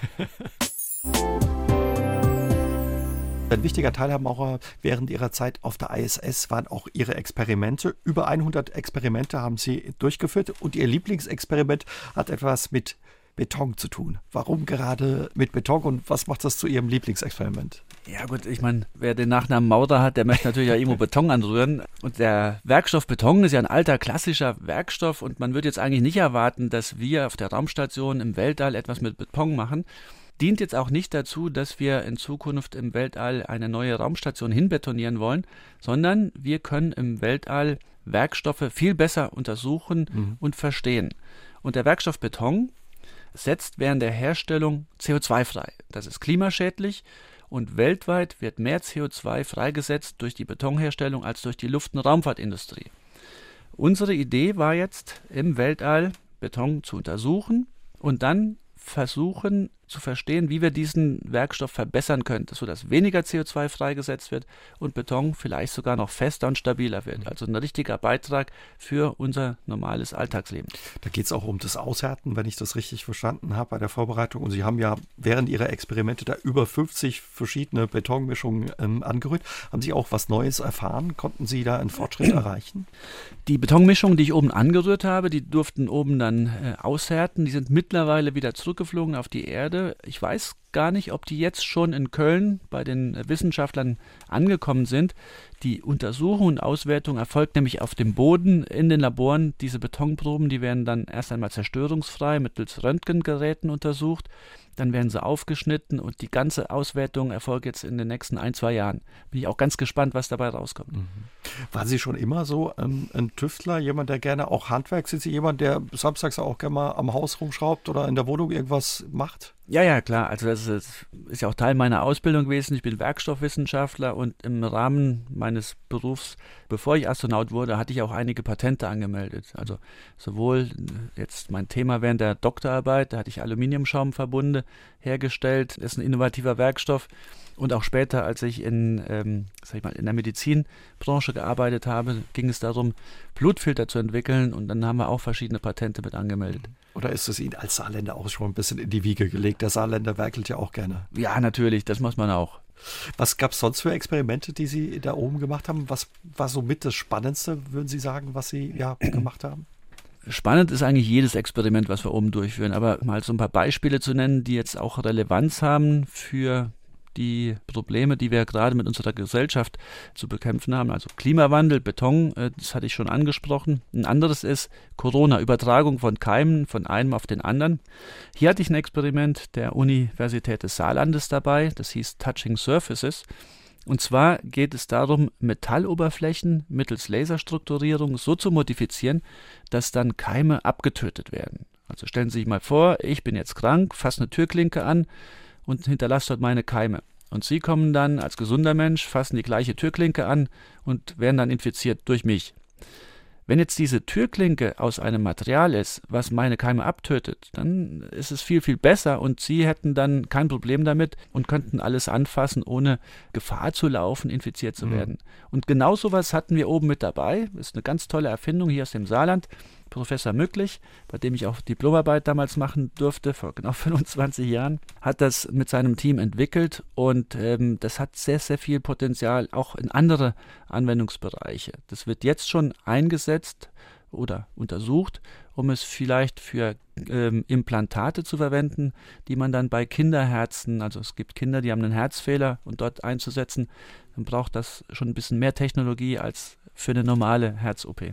Ein wichtiger Teil haben auch während Ihrer Zeit auf der I S S waren auch Ihre Experimente. Über hundert Experimente haben Sie durchgeführt und Ihr Lieblingsexperiment hat etwas mit Beton zu tun. Warum gerade mit Beton und was macht das zu Ihrem Lieblingsexperiment? Ja gut, ich meine, wer den Nachnamen Maurer hat, der möchte natürlich ja irgendwo Beton anrühren. Und der Werkstoff Beton ist ja ein alter, klassischer Werkstoff und man würde jetzt eigentlich nicht erwarten, dass wir auf der Raumstation im Weltall etwas mit Beton machen. Dient jetzt auch nicht dazu, dass wir in Zukunft im Weltall eine neue Raumstation hinbetonieren wollen, sondern wir können im Weltall Werkstoffe viel besser untersuchen mhm. und verstehen. Und der Werkstoff Beton setzt während der Herstellung C O zwei frei. Das ist klimaschädlich und weltweit wird mehr C O zwei freigesetzt durch die Betonherstellung als durch die Luft- und Raumfahrtindustrie. Unsere Idee war jetzt, im Weltall Beton zu untersuchen und dann versuchen zu verstehen, wie wir diesen Werkstoff verbessern können, sodass weniger C O zwei freigesetzt wird und Beton vielleicht sogar noch fester und stabiler wird. Also ein richtiger Beitrag für unser normales Alltagsleben. Da geht es auch um das Aushärten, wenn ich das richtig verstanden habe bei der Vorbereitung. Und Sie haben ja während Ihrer Experimente da über fünfzig verschiedene Betonmischungen ähm, angerührt. Haben Sie auch was Neues erfahren? Konnten Sie da einen Fortschritt erreichen? Die Betonmischungen, die ich oben angerührt habe, die durften oben dann äh, aushärten. Die sind mittlerweile wieder zurückgeflogen auf die Erde. Ich weiß gar nicht, ob die jetzt schon in Köln bei den Wissenschaftlern angekommen sind. Die Untersuchung und Auswertung erfolgt nämlich auf dem Boden in den Laboren. Diese Betonproben, die werden dann erst einmal zerstörungsfrei mittels Röntgengeräten untersucht. Dann werden sie aufgeschnitten und die ganze Auswertung erfolgt jetzt in den nächsten ein, zwei Jahren. Bin ich auch ganz gespannt, was dabei rauskommt. Mhm. Waren Sie schon immer so ein, ein Tüftler, jemand, der gerne auch Handwerk, sind Sie jemand, der samstags auch gerne mal am Haus rumschraubt oder in der Wohnung irgendwas macht? Ja, ja, klar. Also das ist, ist ja auch Teil meiner Ausbildung gewesen. Ich bin Werkstoffwissenschaftler und im Rahmen meines Berufs, bevor ich Astronaut wurde, hatte ich auch einige Patente angemeldet. Also sowohl jetzt mein Thema während der Doktorarbeit, da hatte ich Aluminiumschaumverbunde hergestellt, das ist ein innovativer Werkstoff. Und auch später, als ich in, ähm, sag ich mal, in der Medizinbranche gearbeitet habe, ging es darum, Blutfilter zu entwickeln und dann haben wir auch verschiedene Patente mit angemeldet. Oder ist es Ihnen als Saarländer auch schon ein bisschen in die Wiege gelegt? Der Saarländer werkelt ja auch gerne. Ja, natürlich, das muss man auch. Was gab es sonst für Experimente, die Sie da oben gemacht haben? Was war so mit das Spannendste, würden Sie sagen, was Sie ja gemacht haben? Spannend ist eigentlich jedes Experiment, was wir oben durchführen. Aber mal so ein paar Beispiele zu nennen, die jetzt auch Relevanz haben für die Probleme, die wir gerade mit unserer Gesellschaft zu bekämpfen haben. Also Klimawandel, Beton, das hatte ich schon angesprochen. Ein anderes ist Corona, Übertragung von Keimen von einem auf den anderen. Hier hatte ich ein Experiment der Universität des Saarlandes dabei, das hieß Touching Surfaces. Und zwar geht es darum, Metalloberflächen mittels Laserstrukturierung so zu modifizieren, dass dann Keime abgetötet werden. Also stellen Sie sich mal vor, ich bin jetzt krank, fasse eine Türklinke an und hinterlasse dort meine Keime. Und Sie kommen dann als gesunder Mensch, fassen die gleiche Türklinke an und werden dann infiziert durch mich. Wenn jetzt diese Türklinke aus einem Material ist, was meine Keime abtötet, dann ist es viel, viel besser und Sie hätten dann kein Problem damit und könnten alles anfassen, ohne Gefahr zu laufen, infiziert zu werden. Mhm. Und genau sowas hatten wir oben mit dabei. Das ist eine ganz tolle Erfindung hier aus dem Saarland. Professor Mücklich, bei dem ich auch Diplomarbeit damals machen durfte, vor genau fünfundzwanzig Jahren, hat das mit seinem Team entwickelt und ähm, das hat sehr, sehr viel Potenzial auch in andere Anwendungsbereiche. Das wird jetzt schon eingesetzt oder untersucht, um es vielleicht für ähm, Implantate zu verwenden, die man dann bei Kinderherzen, also es gibt Kinder, die haben einen Herzfehler und dort einzusetzen, dann braucht das schon ein bisschen mehr Technologie als für eine normale Herz-O P.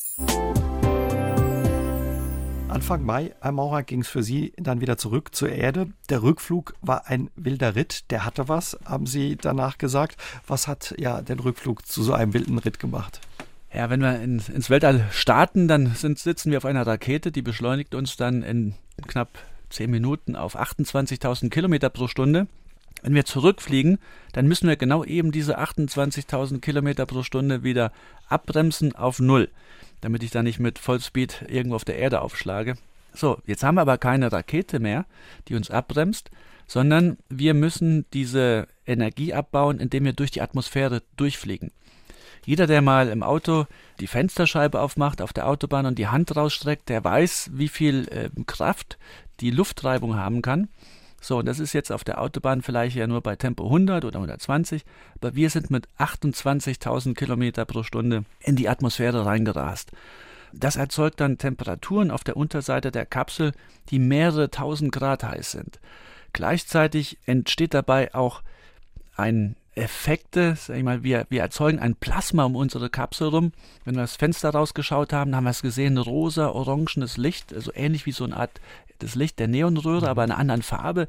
Anfang Mai, Herr Maurer, ging es für Sie dann wieder zurück zur Erde. Der Rückflug war ein wilder Ritt, der hatte was, haben Sie danach gesagt. Was hat ja den Rückflug zu so einem wilden Ritt gemacht? Ja, wenn wir in, ins Weltall starten, dann sind, sitzen wir auf einer Rakete, die beschleunigt uns dann in knapp zehn Minuten auf achtundzwanzigtausend Kilometer pro Stunde. Wenn wir zurückfliegen, dann müssen wir genau eben diese achtundzwanzigtausend Kilometer pro Stunde wieder abbremsen auf Null, damit ich da nicht mit Vollspeed irgendwo auf der Erde aufschlage. So, jetzt haben wir aber keine Rakete mehr, die uns abbremst, sondern wir müssen diese Energie abbauen, indem wir durch die Atmosphäre durchfliegen. Jeder, der mal im Auto die Fensterscheibe aufmacht auf der Autobahn und die Hand rausstreckt, der weiß, wie viel äh, Kraft die Luftreibung haben kann. So, und das ist jetzt auf der Autobahn vielleicht ja nur bei Tempo hundert oder hundertzwanzig, aber wir sind mit achtundzwanzigtausend Kilometer pro Stunde in die Atmosphäre reingerast. Das erzeugt dann Temperaturen auf der Unterseite der Kapsel, die mehrere tausend Grad heiß sind. Gleichzeitig entsteht dabei auch ein Effekte, sag ich mal, wir, wir erzeugen ein Plasma um unsere Kapsel rum. Wenn wir das Fenster rausgeschaut haben, haben wir es gesehen, rosa, orangenes Licht, also ähnlich wie so eine Art das Licht der Neonröhre, aber in einer anderen Farbe.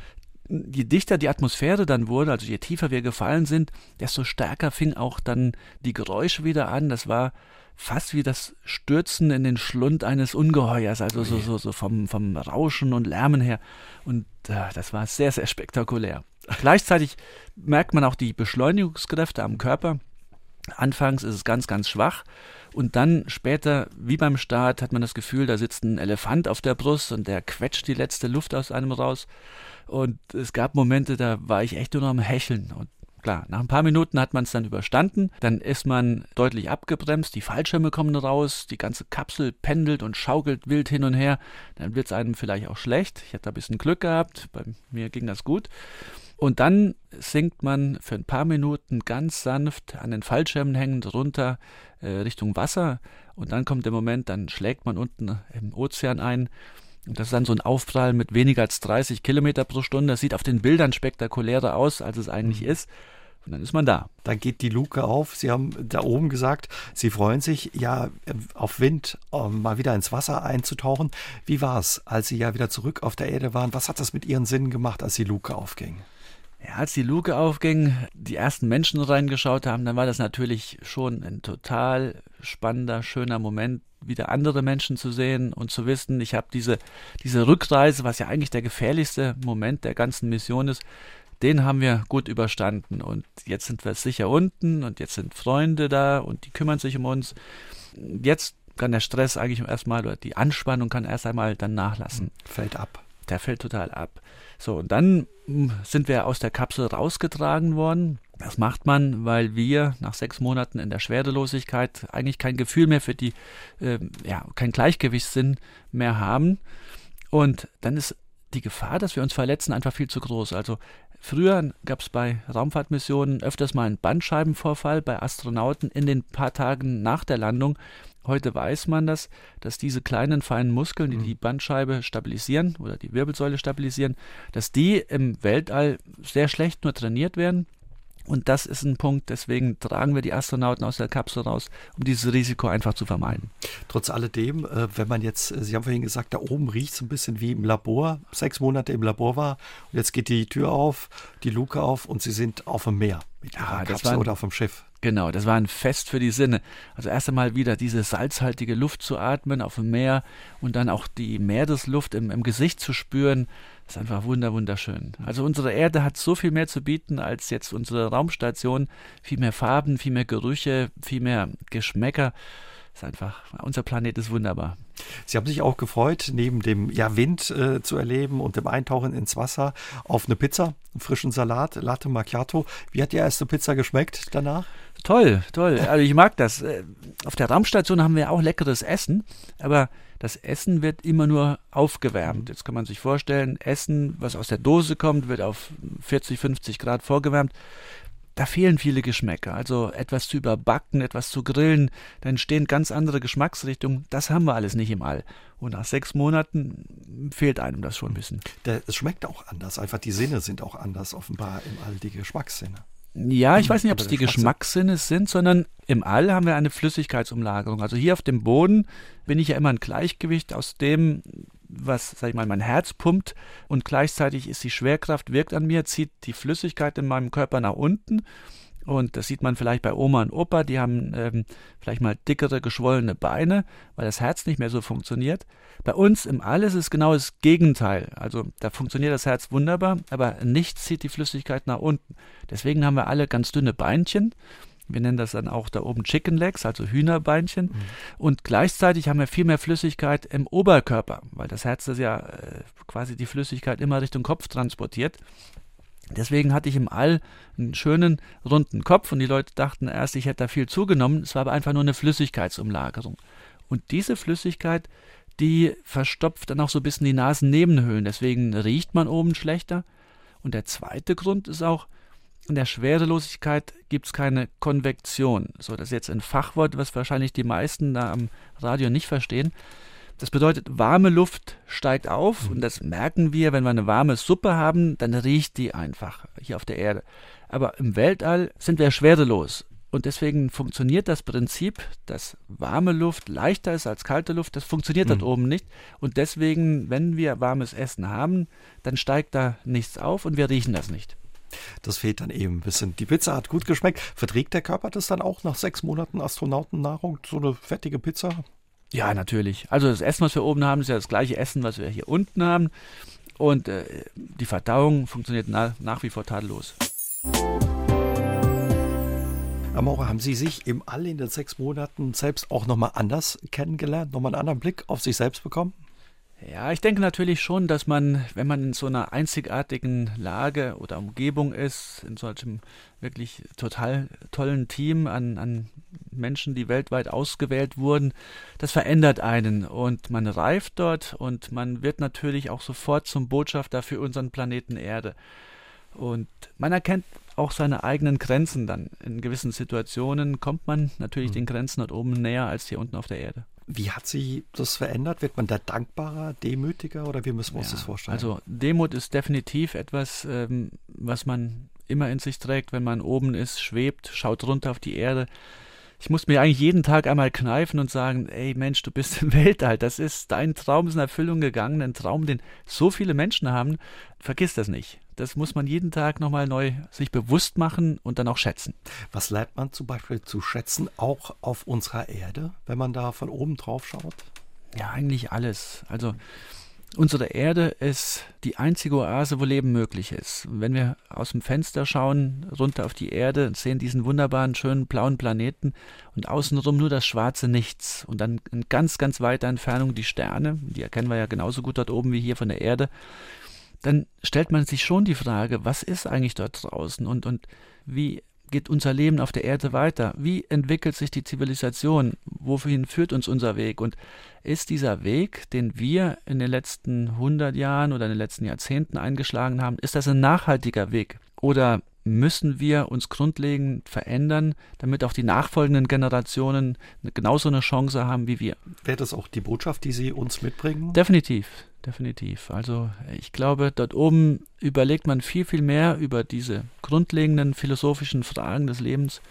Je dichter die Atmosphäre dann wurde, also je tiefer wir gefallen sind, desto stärker fing auch dann die Geräusche wieder an. Das war fast wie das Stürzen in den Schlund eines Ungeheuers, also so, so, so vom, vom Rauschen und Lärmen her. Und äh, das war sehr, sehr spektakulär. Gleichzeitig merkt man auch die Beschleunigungskräfte am Körper. Anfangs ist es ganz, ganz schwach und dann später, wie beim Start, hat man das Gefühl, da sitzt ein Elefant auf der Brust und der quetscht die letzte Luft aus einem raus. Und es gab Momente, da war ich echt nur noch am Hecheln. Und klar, nach ein paar Minuten hat man es dann überstanden, dann ist man deutlich abgebremst, die Fallschirme kommen raus, die ganze Kapsel pendelt und schaukelt wild hin und her, dann wird es einem vielleicht auch schlecht. Ich hatte ein bisschen Glück gehabt, bei mir ging das gut. Und dann sinkt man für ein paar Minuten ganz sanft an den Fallschirmen hängend runter äh, Richtung Wasser und dann kommt der Moment, dann schlägt man unten im Ozean ein. Und das ist dann so ein Aufprall mit weniger als dreißig Kilometer pro Stunde. Das sieht auf den Bildern spektakulärer aus, als es eigentlich ist. Und dann ist man da. Dann geht die Luke auf. Sie haben da oben gesagt, Sie freuen sich, ja, auf Wind um mal wieder ins Wasser einzutauchen. Wie war es, als Sie ja wieder zurück auf der Erde waren? Was hat das mit Ihren Sinnen gemacht, als die Luke aufging? Ja, als die Luke aufging, die ersten Menschen reingeschaut haben, dann war das natürlich schon ein total spannender, schöner Moment, wieder andere Menschen zu sehen und zu wissen, ich habe diese, diese Rückreise, was ja eigentlich der gefährlichste Moment der ganzen Mission ist, den haben wir gut überstanden und jetzt sind wir sicher unten und jetzt sind Freunde da und die kümmern sich um uns. Jetzt kann der Stress eigentlich erstmal oder die Anspannung kann erst einmal dann nachlassen. Fällt ab. Der fällt total ab. So, und dann sind wir aus der Kapsel rausgetragen worden. Das macht man, weil wir nach sechs Monaten in der Schwerelosigkeit eigentlich kein Gefühl mehr für die, äh, ja, kein Gleichgewichtssinn mehr haben. Und dann ist die Gefahr, dass wir uns verletzen, einfach viel zu groß. Also Früher gab es bei Raumfahrtmissionen öfters mal einen Bandscheibenvorfall bei Astronauten in den paar Tagen nach der Landung. Heute weiß man das, dass diese kleinen, feinen Muskeln, die die Bandscheibe stabilisieren oder die Wirbelsäule stabilisieren, dass die im Weltall sehr schlecht nur trainiert werden. Und das ist ein Punkt, deswegen tragen wir die Astronauten aus der Kapsel raus, um dieses Risiko einfach zu vermeiden. Trotz alledem, wenn man jetzt, Sie haben vorhin gesagt, da oben riecht es ein bisschen wie im Labor, sechs Monate im Labor war und jetzt geht die Tür auf, die Luke auf und Sie sind auf dem Meer mit Ihrer Ja, das Kapsel war ein- oder auf dem Schiff. Genau, das war ein Fest für die Sinne. Also erst einmal wieder diese salzhaltige Luft zu atmen auf dem Meer und dann auch die Meeresluft im, im Gesicht zu spüren, ist einfach wunder, wunderschön. Also unsere Erde hat so viel mehr zu bieten als jetzt unsere Raumstation. Viel mehr Farben, viel mehr Gerüche, viel mehr Geschmäcker. Ist einfach, unser Planet ist wunderbar. Sie haben sich auch gefreut, neben dem ja, Wind äh, zu erleben und dem Eintauchen ins Wasser, auf eine Pizza, einen frischen Salat, Latte Macchiato. Wie hat die erste Pizza geschmeckt danach? Toll, toll. Also ich mag das. Äh, Auf der Raumstation haben wir auch leckeres Essen, aber das Essen wird immer nur aufgewärmt. Jetzt kann man sich vorstellen, Essen, was aus der Dose kommt, wird auf vierzig, fünfzig Grad vorgewärmt. Da fehlen viele Geschmäcker. Also etwas zu überbacken, etwas zu grillen, da entstehen ganz andere Geschmacksrichtungen. Das haben wir alles nicht im All. Und nach sechs Monaten fehlt einem das schon ein bisschen. Der, es schmeckt auch anders, einfach die Sinne sind auch anders offenbar im All, die Geschmackssinne. Ja, ich weiß nicht, ob Oder es die der Geschmackssinne sind, sondern im All haben wir eine Flüssigkeitsumlagerung. Also hier auf dem Boden bin ich ja immer ein Gleichgewicht aus dem, was, sag ich mal, mein Herz pumpt und gleichzeitig ist die Schwerkraft, wirkt an mir, zieht die Flüssigkeit in meinem Körper nach unten. Und das sieht man vielleicht bei Oma und Opa, die haben ähm, vielleicht mal dickere, geschwollene Beine, weil das Herz nicht mehr so funktioniert. Bei uns im All ist es genau das Gegenteil. Also da funktioniert das Herz wunderbar, aber nichts zieht die Flüssigkeit nach unten. Deswegen haben wir alle ganz dünne Beinchen. Wir nennen das dann auch da oben Chicken Legs, also Hühnerbeinchen. Mhm. Und gleichzeitig haben wir viel mehr Flüssigkeit im Oberkörper, weil das Herz das ja äh, quasi die Flüssigkeit immer Richtung Kopf transportiert. Deswegen hatte ich im All einen schönen, runden Kopf und die Leute dachten erst, ich hätte da viel zugenommen. Es war aber einfach nur eine Flüssigkeitsumlagerung. Und diese Flüssigkeit, die verstopft dann auch so ein bisschen die Nasennebenhöhlen. Deswegen riecht man oben schlechter. Und der zweite Grund ist auch, in der Schwerelosigkeit gibt es keine Konvektion. So, das ist jetzt ein Fachwort, was wahrscheinlich die meisten da am Radio nicht verstehen. Das bedeutet, warme Luft steigt auf mhm. und das merken wir, wenn wir eine warme Suppe haben, dann riecht die einfach hier auf der Erde. Aber im Weltall sind wir schwerelos und deswegen funktioniert das Prinzip, dass warme Luft leichter ist als kalte Luft, das funktioniert mhm. dort oben nicht und deswegen, wenn wir warmes Essen haben, dann steigt da nichts auf und wir riechen das nicht. Das fehlt dann eben ein bisschen. Die Pizza hat gut geschmeckt. Verträgt der Körper das dann auch nach sechs Monaten Astronautennahrung, so eine fettige Pizza? Ja, natürlich. Also das Essen, was wir oben haben, ist ja das gleiche Essen, was wir hier unten haben. Und äh, die Verdauung funktioniert na, nach wie vor tadellos. Herr Maurer, haben Sie sich im All in den sechs Monaten selbst auch nochmal anders kennengelernt, nochmal einen anderen Blick auf sich selbst bekommen? Ja, ich denke natürlich schon, dass man, wenn man in so einer einzigartigen Lage oder Umgebung ist, in solchem wirklich total tollen Team an, an Menschen, die weltweit ausgewählt wurden, das verändert einen und man reift dort und man wird natürlich auch sofort zum Botschafter für unseren Planeten Erde. Und man erkennt auch seine eigenen Grenzen dann. In gewissen Situationen kommt man natürlich mhm. den Grenzen dort oben näher als hier unten auf der Erde. Wie hat sich das verändert? Wird man da dankbarer, demütiger oder wie müssen wir uns ja, das vorstellen? Also Demut ist definitiv etwas, ähm, was man immer in sich trägt, wenn man oben ist, schwebt, schaut runter auf die Erde. Ich muss mir eigentlich jeden Tag einmal kneifen und sagen, ey Mensch, du bist im Weltall, das ist, dein Traum ist in Erfüllung gegangen, ein Traum, den so viele Menschen haben, vergiss das nicht. Das muss man jeden Tag nochmal neu sich bewusst machen und dann auch schätzen. Was lernt man zum Beispiel zu schätzen, auch auf unserer Erde, wenn man da von oben drauf schaut? Ja, eigentlich alles. Also unsere Erde ist die einzige Oase, wo Leben möglich ist. Wenn wir aus dem Fenster schauen, runter auf die Erde, sehen diesen wunderbaren, schönen blauen Planeten und außenrum nur das schwarze Nichts. Und dann in ganz, ganz weiter Entfernung die Sterne, die erkennen wir ja genauso gut dort oben wie hier von der Erde. Dann stellt man sich schon die Frage, was ist eigentlich dort draußen und, und wie geht unser Leben auf der Erde weiter? Wie entwickelt sich die Zivilisation? Wohin führt uns unser Weg? Und ist dieser Weg, den wir in den letzten hundert Jahren oder in den letzten Jahrzehnten eingeschlagen haben, ist das ein nachhaltiger Weg? Oder müssen wir uns grundlegend verändern, damit auch die nachfolgenden Generationen genauso eine Chance haben wie wir? Wäre das auch die Botschaft, die Sie uns mitbringen? Definitiv, definitiv. Also ich glaube, dort oben überlegt man viel, viel mehr über diese grundlegenden philosophischen Fragen des Lebens.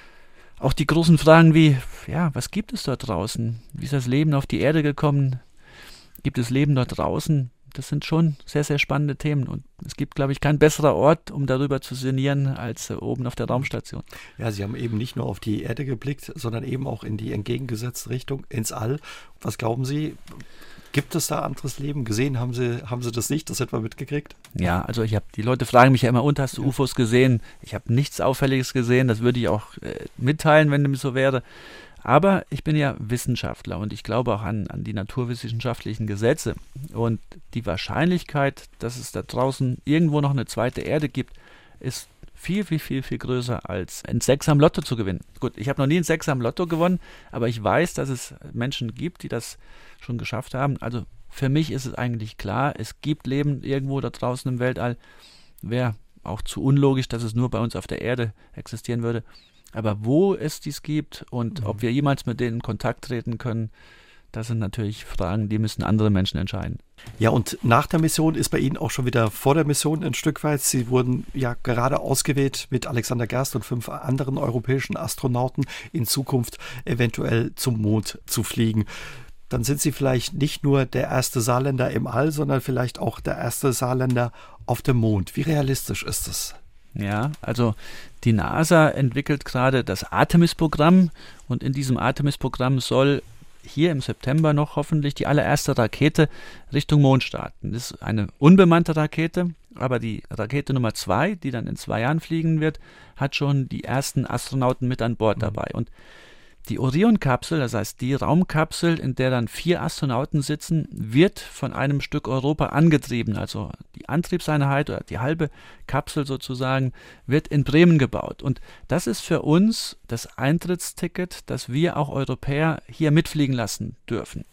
Auch die großen Fragen wie, ja, was gibt es dort draußen? Wie ist das Leben auf die Erde gekommen? Gibt es Leben dort draußen? Das sind schon sehr, sehr spannende Themen und es gibt, glaube ich, kein besserer Ort, um darüber zu sinnieren, als äh, oben auf der Raumstation. Ja, Sie haben eben nicht nur auf die Erde geblickt, sondern eben auch in die entgegengesetzte Richtung, ins All. Was glauben Sie, gibt es da anderes Leben? Gesehen haben Sie, haben Sie das nicht, das hätten wir mitgekriegt? Ja, also ich habe, die Leute fragen mich ja immer, und hast du ja. U F Os gesehen? Ich habe nichts Auffälliges gesehen, das würde ich auch äh, mitteilen, wenn dem so wäre. Aber ich bin ja Wissenschaftler und ich glaube auch an, an die naturwissenschaftlichen Gesetze. Und die Wahrscheinlichkeit, dass es da draußen irgendwo noch eine zweite Erde gibt, ist viel, viel, viel, viel größer als ein Sechser am Lotto zu gewinnen. Gut, ich habe noch nie ein Sechser am Lotto gewonnen, aber ich weiß, dass es Menschen gibt, die das schon geschafft haben. Also für mich ist es eigentlich klar, es gibt Leben irgendwo da draußen im Weltall. Wäre auch zu unlogisch, dass es nur bei uns auf der Erde existieren würde. Aber wo es dies gibt und mhm. ob wir jemals mit denen in Kontakt treten können, das sind natürlich Fragen, die müssen andere Menschen entscheiden. Ja, und nach der Mission ist bei Ihnen auch schon wieder vor der Mission ein Stück weit. Sie wurden ja gerade ausgewählt, mit Alexander Gerst und fünf anderen europäischen Astronauten in Zukunft eventuell zum Mond zu fliegen. Dann sind Sie vielleicht nicht nur der erste Saarländer im All, sondern vielleicht auch der erste Saarländer auf dem Mond. Wie realistisch ist das? Ja, also die NASA entwickelt gerade das Artemis-Programm und in diesem Artemis-Programm soll hier im September noch hoffentlich die allererste Rakete Richtung Mond starten. Das ist eine unbemannte Rakete, aber die Rakete Nummer zwei, die dann in zwei Jahren fliegen wird, hat schon die ersten Astronauten mit an Bord dabei. Und die Orion-Kapsel, das heißt die Raumkapsel, in der dann vier Astronauten sitzen, wird von einem Stück Europa angetrieben. Also die Antriebseinheit oder die halbe Kapsel sozusagen wird in Bremen gebaut. Und das ist für uns das Eintrittsticket, das wir auch Europäer hier mitfliegen lassen dürfen.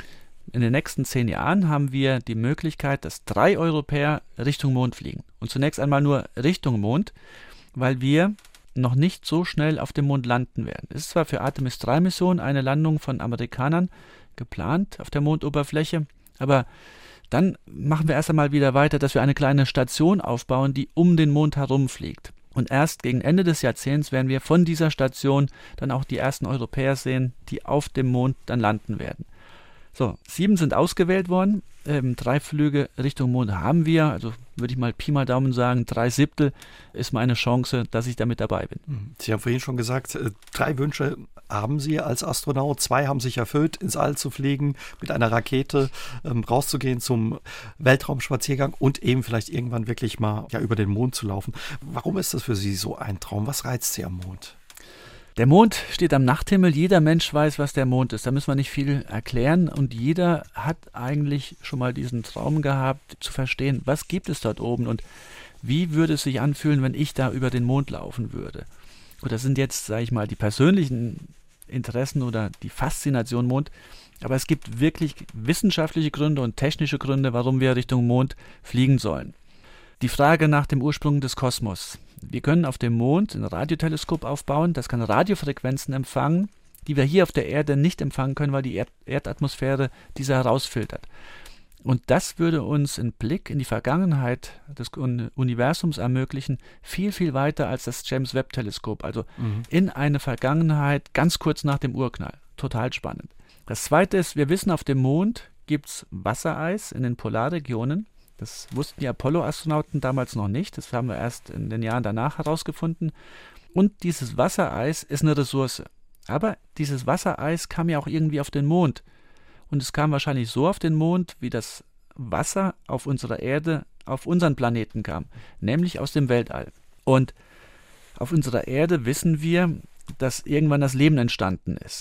In den nächsten zehn Jahren haben wir die Möglichkeit, dass drei Europäer Richtung Mond fliegen. Und zunächst einmal nur Richtung Mond, weil wir noch nicht so schnell auf dem Mond landen werden. Es ist zwar für Artemis drei Mission eine Landung von Amerikanern geplant auf der Mondoberfläche, aber dann machen wir erst einmal wieder weiter, dass wir eine kleine Station aufbauen, die um den Mond herumfliegt. Und erst gegen Ende des Jahrzehnts werden wir von dieser Station dann auch die ersten Europäer sehen, die auf dem Mond dann landen werden. So, sieben sind ausgewählt worden, ähm, drei Flüge Richtung Mond haben wir, also würde ich mal Pi mal Daumen sagen, drei Siebtel ist meine Chance, dass ich da mit dabei bin. Sie haben vorhin schon gesagt, drei Wünsche haben Sie als Astronaut, zwei haben sich erfüllt, ins All zu fliegen, mit einer Rakete ähm, rauszugehen zum Weltraumspaziergang und eben vielleicht irgendwann wirklich mal ja, über den Mond zu laufen. Warum ist das für Sie so ein Traum? Was reizt Sie am Mond? Der Mond steht am Nachthimmel, jeder Mensch weiß, was der Mond ist, da müssen wir nicht viel erklären und jeder hat eigentlich schon mal diesen Traum gehabt, zu verstehen, was gibt es dort oben und wie würde es sich anfühlen, wenn ich da über den Mond laufen würde. Und das sind jetzt, sage ich mal, die persönlichen Interessen oder die Faszination Mond, aber es gibt wirklich wissenschaftliche Gründe und technische Gründe, warum wir Richtung Mond fliegen sollen. Die Frage nach dem Ursprung des Kosmos. Wir können auf dem Mond ein Radioteleskop aufbauen, das kann Radiofrequenzen empfangen, die wir hier auf der Erde nicht empfangen können, weil die Erd- Erdatmosphäre diese herausfiltert. Und das würde uns einen Blick in die Vergangenheit des Universums ermöglichen, viel, viel weiter als das James-Webb-Teleskop, also mhm. in eine Vergangenheit ganz kurz nach dem Urknall. Total spannend. Das Zweite ist, wir wissen, auf dem Mond gibt es Wassereis in den Polarregionen. Das wussten die Apollo-Astronauten damals noch nicht. Das haben wir erst in den Jahren danach herausgefunden. Und dieses Wassereis ist eine Ressource. Aber dieses Wassereis kam ja auch irgendwie auf den Mond. Und es kam wahrscheinlich so auf den Mond, wie das Wasser auf unserer Erde auf unseren Planeten kam. Nämlich aus dem Weltall. Und auf unserer Erde wissen wir, dass irgendwann das Leben entstanden ist.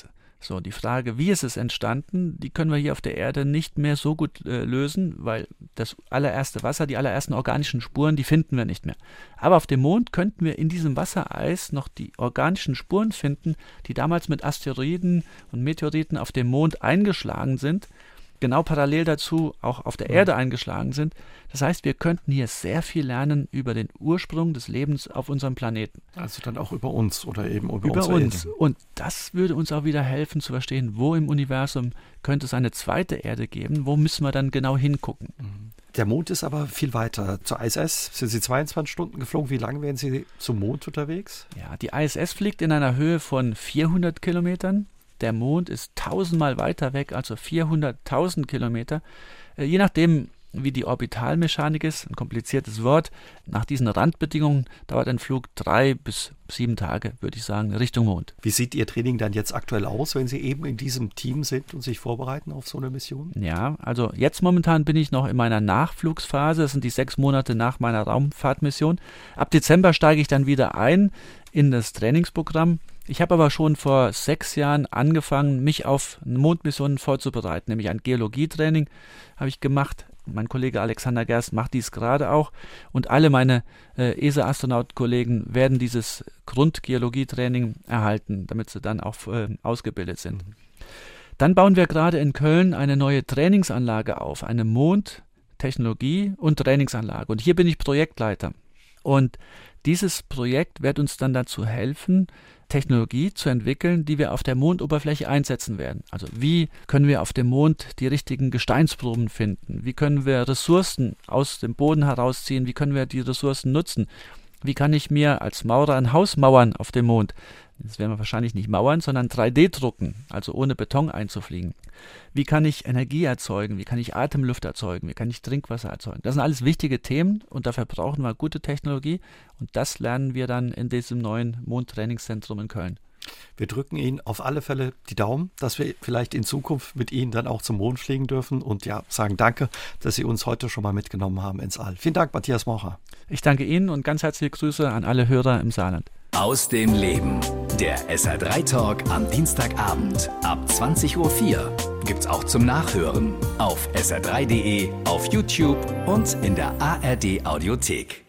So, die Frage, wie ist es entstanden, die können wir hier auf der Erde nicht mehr so gut äh, lösen, weil das allererste Wasser, die allerersten organischen Spuren, die finden wir nicht mehr. Aber auf dem Mond könnten wir in diesem Wassereis noch die organischen Spuren finden, die damals mit Asteroiden und Meteoriten auf dem Mond eingeschlagen sind, genau parallel dazu auch auf der Erde eingeschlagen sind. Das heißt, wir könnten hier sehr viel lernen über den Ursprung des Lebens auf unserem Planeten. Also dann auch über uns oder eben über, über uns. Erde. Und das würde uns auch wieder helfen zu verstehen, wo im Universum könnte es eine zweite Erde geben, wo müssen wir dann genau hingucken. Der Mond ist aber viel weiter. Zur I S S sind Sie zweiundzwanzig Stunden geflogen. Wie lange wären Sie zum Mond unterwegs? Ja, die I S S fliegt in einer Höhe von vierhundert Kilometern. Der Mond ist tausendmal weiter weg, also vierhunderttausend Kilometer. Äh, je nachdem, wie die Orbitalmechanik ist, ein kompliziertes Wort. Nach diesen Randbedingungen dauert ein Flug drei bis sieben Tage, würde ich sagen, Richtung Mond. Wie sieht Ihr Training dann jetzt aktuell aus, wenn Sie eben in diesem Team sind und sich vorbereiten auf so eine Mission? Ja, also jetzt momentan bin ich noch in meiner Nachflugsphase. Das sind die sechs Monate nach meiner Raumfahrtmission. Ab Dezember steige ich dann wieder ein in das Trainingsprogramm. Ich habe aber schon vor sechs Jahren angefangen, mich auf Mondmissionen vorzubereiten, nämlich ein Geologietraining habe ich gemacht. Mein Kollege Alexander Gerst macht dies gerade auch und alle meine äh, E S A-Astronaut-Kollegen werden dieses Grundgeologietraining erhalten, damit sie dann auch äh, ausgebildet sind. Dann bauen wir gerade in Köln eine neue Trainingsanlage auf, eine Mondtechnologie- und Trainingsanlage. Und hier bin ich Projektleiter. Und dieses Projekt wird uns dann dazu helfen, Technologie zu entwickeln, die wir auf der Mondoberfläche einsetzen werden. Also wie können wir auf dem Mond die richtigen Gesteinsproben finden? Wie können wir Ressourcen aus dem Boden herausziehen? Wie können wir die Ressourcen nutzen? Wie kann ich mir als Maurer ein Haus mauern auf dem Mond? Das werden wir wahrscheinlich nicht mauern, sondern drei D drucken, also ohne Beton einzufliegen. Wie kann ich Energie erzeugen? Wie kann ich Atemluft erzeugen? Wie kann ich Trinkwasser erzeugen? Das sind alles wichtige Themen und dafür brauchen wir gute Technologie und das lernen wir dann in diesem neuen Mondtrainingszentrum in Köln. Wir drücken Ihnen auf alle Fälle die Daumen, dass wir vielleicht in Zukunft mit Ihnen dann auch zum Mond fliegen dürfen und ja, sagen danke, dass Sie uns heute schon mal mitgenommen haben ins All. Vielen Dank, Matthias Mocher. Ich danke Ihnen und ganz herzliche Grüße an alle Hörer im Saarland. Aus dem Leben. Der S R drei Talk am Dienstagabend ab zwanzig Uhr vier gibt's auch zum Nachhören auf S R drei Punkt de, auf YouTube und in der A R D Audiothek.